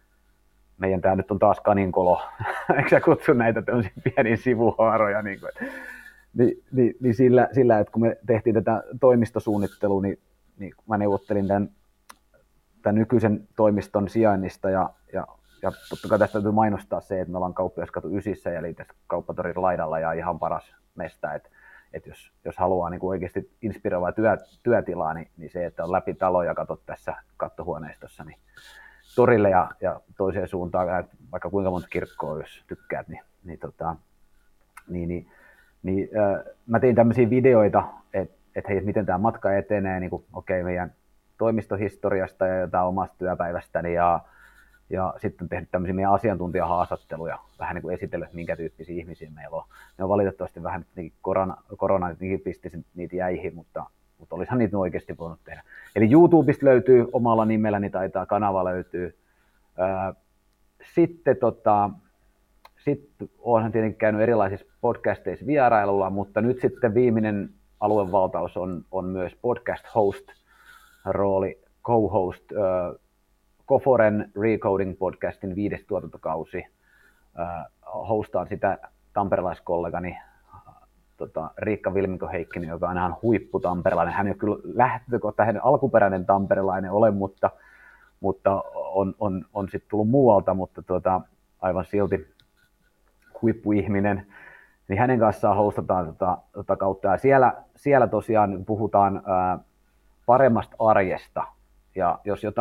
Speaker 2: meidän tää nyt on taas kaninkolo, eikö sä kutsu näitä tämmöisiä pieniä sivuhaaroja, niin kuin, Niin, niin, niin sillä, sillä, että kun me tehtiin tätä toimistosuunnittelua, niin, niin mä neuvottelin tämän, tämän nykyisen toimiston sijainnista ja, ja, ja totta kai tästä täytyy mainostaa se, että me ollaan Kauppiaskatu ysissä eli tässä Kauppatorin laidalla ja ihan paras mesta, että, että jos, jos haluaa niin kuin oikeasti inspiroivaa työ, työtilaa, niin, niin se, että on läpi talo ja katsot tässä kattohuoneistossa, niin torille ja, ja toiseen suuntaan, vaikka kuinka monta kirkkoa, jos tykkäät, niin, niin, tota, niin, niin Niin, äh, mä tein tämmöisiä videoita, että et hei, miten tämä matka etenee, niin kuin, okei, meidän toimistohistoriasta ja jotain omasta työpäivästäni, ja, ja sitten tehnyt tämmöisiä meidän asiantuntijahaastatteluja, vähän niin kuin esitellyt, minkä tyyppisiä ihmisiä meillä on. Ne on valitettavasti vähän korona, korona pisti niitä jäihin, mutta, mutta olisihan niitä oikeasti voinut tehdä. Eli YouTubesta löytyy omalla nimellä, niin taitaa kanava löytyy. Äh, sitten tota... Sitten olenhan tietenkin käynyt erilaisissa podcasteissa vierailulla, mutta nyt sitten viimeinen aluevaltaus on, on myös podcast host rooli, co-host, äh, Koforen Recoding podcastin viides tuotantokausi. Äh, hostaan sitä tamperelaiskollegani äh, tota, Riikka Vilminko-Heikkinen, joka on ihan huipputamperelainen. Hän ei ole kyllä lähtökohtainen alkuperäinen tamperelainen ole, mutta, mutta on, on, on sitten tullut muualta, mutta tuota, aivan silti huippuihminen, niin hänen kanssaan hostataan tota, tota kautta. Ja siellä, siellä tosiaan puhutaan ää, paremmasta arjesta. Ja jos jotain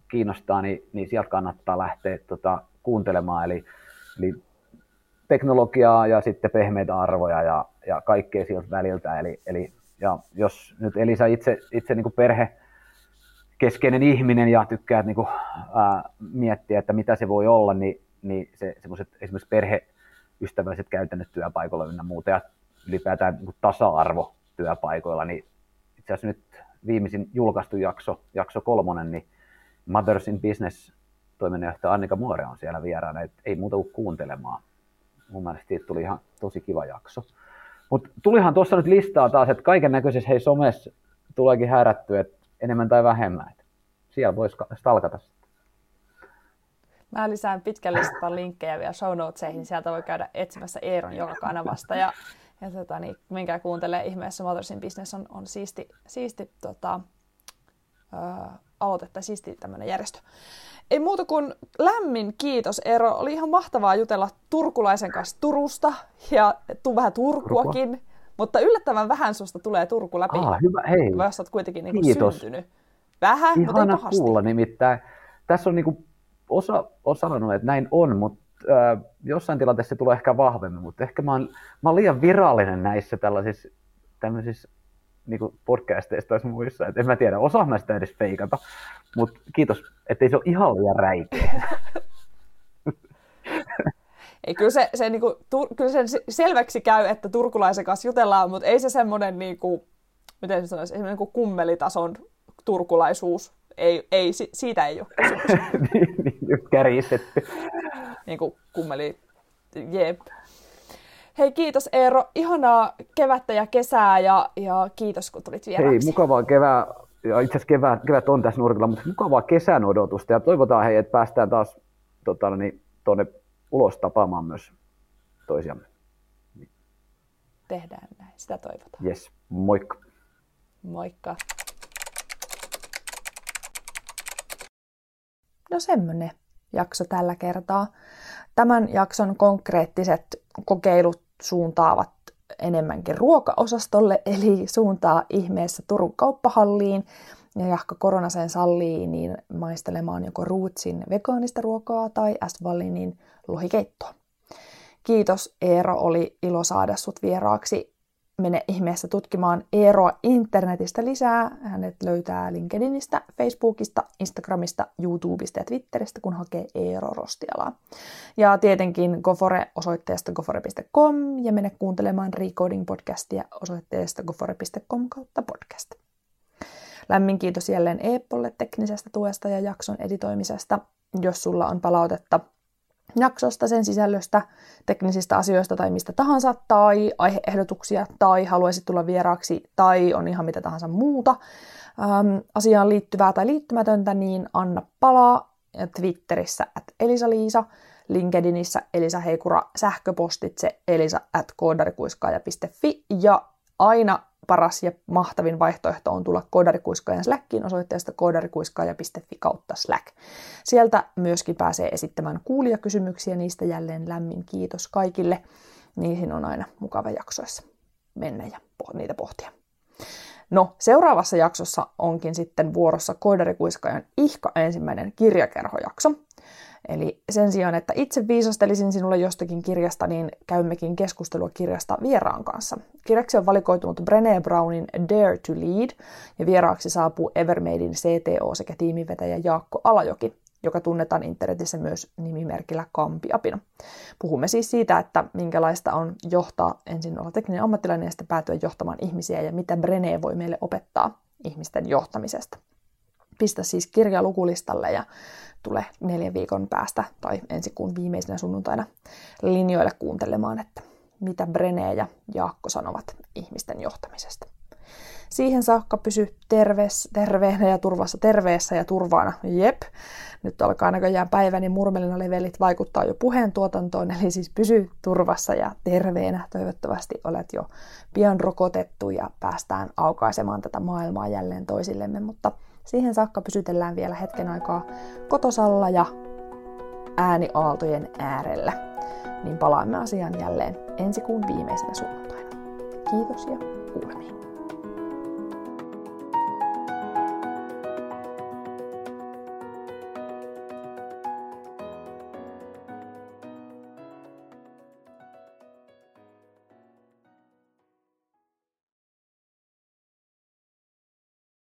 Speaker 2: kiinnostaa, niin, niin sieltä kannattaa lähteä tota, kuuntelemaan. Eli, eli teknologiaa ja sitten pehmeitä arvoja ja, ja kaikkea sieltä väliltä. Eli, eli, ja jos nyt Elisa itse, itse niin kuin perhekeskeinen ihminen ja tykkää niin kuin, ää, miettiä, että mitä se voi olla, niin, niin se, semmoiset esimerkiksi perheystävälliset käytännöt työpaikoilla ynnä muuta ja ylipäätään niin kuin tasa-arvo työpaikoilla, niin itse asiassa nyt viimeisin julkaistu jakso, jakso kolmonen, niin Mothers in Business -toiminnanjohtaja Annika Muore on siellä vieraana, että ei muuta kuin kuuntelemaan. Mun mielestä siitä tuli ihan tosi kiva jakso. Mutta tulihan tuossa nyt listaa taas, että kaiken näköisessä hei somessa tuleekin härättyä, että enemmän tai vähemmän. Että siellä voisi stalkata sitten.
Speaker 1: Mä lisään pitkän listan linkkejä vielä show notesihin, sieltä voi käydä etsimässä Eeron joka kanavasta. Ja, ja tota, niin, minkä kuuntelee ihmeessä, Mothers in Business on, on siisti, siisti tota, ö, aloite tai siisti tämmöinen järjestö. Ei muuta kuin lämmin kiitos, Eero. Oli ihan mahtavaa jutella turkulaisen kanssa Turusta ja tuu vähän Turkuakin, Turkua. Mutta yllättävän vähän susta tulee Turku läpi.
Speaker 2: Ah, hyvä, hei.
Speaker 1: Vaikka olet kuitenkin niin kuin syntynyt. Vähän,
Speaker 2: ihana
Speaker 1: mutta ei pahasti.
Speaker 2: Kuulla nimittäin. Tässä on niin kuin osa on sanonut, että näin on, mutta äh, jossain tilanteessa se tulee ehkä vahvemmin, mutta ehkä mä oon, mä oon liian virallinen näissä tällaisissa tämmöisissä niin kuin podcasteissa tai muissa, et en mä tiedä, osaan mä sitä edes feikata, mutta kiitos, ettei se ole ihan liian räikeä.
Speaker 1: Ei, kyllä se, se, niin kuin, tur, kyllä se selväksi käy, että turkulaisen kanssa jutellaan, mutta ei se semmoinen, niin kuin, miten se sanoisi, semmoinen niin kummelitason turkulaisuus, ei, ei, siitä ei ole kysymys.
Speaker 2: niin, niin, kärjistetty.
Speaker 1: Niin kuin kummeli, jep. Hei, kiitos Eero. Ihanaa kevättä ja kesää ja, ja kiitos, kun tulit vieraaksi.
Speaker 2: Hei, mukavaa kevää. Ja itse asiassa kevät, kevät on tässä nurkilla, mutta mukavaa kesän odotusta. Ja toivotaan, hei, että päästään taas tota, niin, tuonne ulos tapaamaan myös toisiamme.
Speaker 1: Tehdään näin, sitä toivotaan.
Speaker 2: Jes, moikka.
Speaker 1: Moikka. No semmoinen jakso tällä kertaa. Tämän jakson konkreettiset kokeilut suuntaavat enemmänkin ruokaosastolle, eli suuntaa ihmeessä Turun kauppahalliin ja jahka korona sen sallii, niin maistelemaan joko Rootsin vegaanista ruokaa tai S-Wallinin lohikeittoa. Kiitos Eero, oli ilo saada sut vieraaksi. Mene ihmeessä tutkimaan Eeroa internetistä lisää. Hänet löytää LinkedInistä, Facebookista, Instagramista, YouTubesta ja Twitteristä, kun hakee Eero Rostialaa. Ja tietenkin Gofore osoitteesta gofore piste com ja mene kuuntelemaan Recoding-podcastia osoitteesta gofore piste com kautta podcast. Lämmin kiitos jälleen Eeppolle teknisestä tuesta ja jakson editoimisesta. Jos sulla on palautetta jaksosta, sen sisällöstä, teknisistä asioista tai mistä tahansa, tai aiheehdotuksia, tai haluaisit tulla vieraaksi, tai on ihan mitä tahansa muuta äm, asiaan liittyvää tai liittymätöntä, niin anna palaa Twitterissä at Elisa-Liisa, LinkedInissä Elisa Heikura, sähköpostitse elisa at koodarikuiskaaja piste fi, ja aina paras ja mahtavin vaihtoehto on tulla Koodarikuiskaajan Slackiin osoitteesta koodarikuiskaaja piste fi kautta Slack. Sieltä myöskin pääsee esittämään kuulijakysymyksiä, niistä jälleen lämmin kiitos kaikille. Niihin on aina mukava jaksoissa mennä ja niitä pohtia. No, seuraavassa jaksossa onkin sitten vuorossa Koodarikuiskaajan ihka ensimmäinen kirjakerhojakso. Eli sen sijaan, että itse viisastelisin sinulle jostakin kirjasta, niin käymmekin keskustelua kirjasta vieraan kanssa. Kirjaksi on valikoitunut Brené Brownin Dare to Lead, ja vieraaksi saapuu Evermadein C T O sekä tiimivetäjä Jaakko Alajoki, joka tunnetaan internetissä myös nimimerkillä Kampiapina. Puhumme siis siitä, että minkälaista on johtaa ensin olla tekninen ammattilainen ja sitten päätyä johtamaan ihmisiä, ja mitä Brené voi meille opettaa ihmisten johtamisesta. Pistä siis kirja lukulistalle ja tule neljän viikon päästä tai ensi kuun viimeisenä sunnuntaina linjoille kuuntelemaan, että mitä Brené ja Jaakko sanovat ihmisten johtamisesta. Siihen saakka pysy tervees, terveenä ja turvassa, terveessä ja turvaana. Jep, nyt alkaa näköjään päivän ja murmelina-levelit vaikuttaa jo puheen tuotantoon, eli siis pysy turvassa ja terveenä. Toivottavasti olet jo pian rokotettu ja päästään aukaisemaan tätä maailmaa jälleen toisillemme, mutta siihen saakka pysytellään vielä hetken aikaa kotosalla ja ääniaaltojen äärellä. Niin palaamme asiaan jälleen ensi kuun viimeisenä sunnuntaina. Kiitos ja kuulemiin.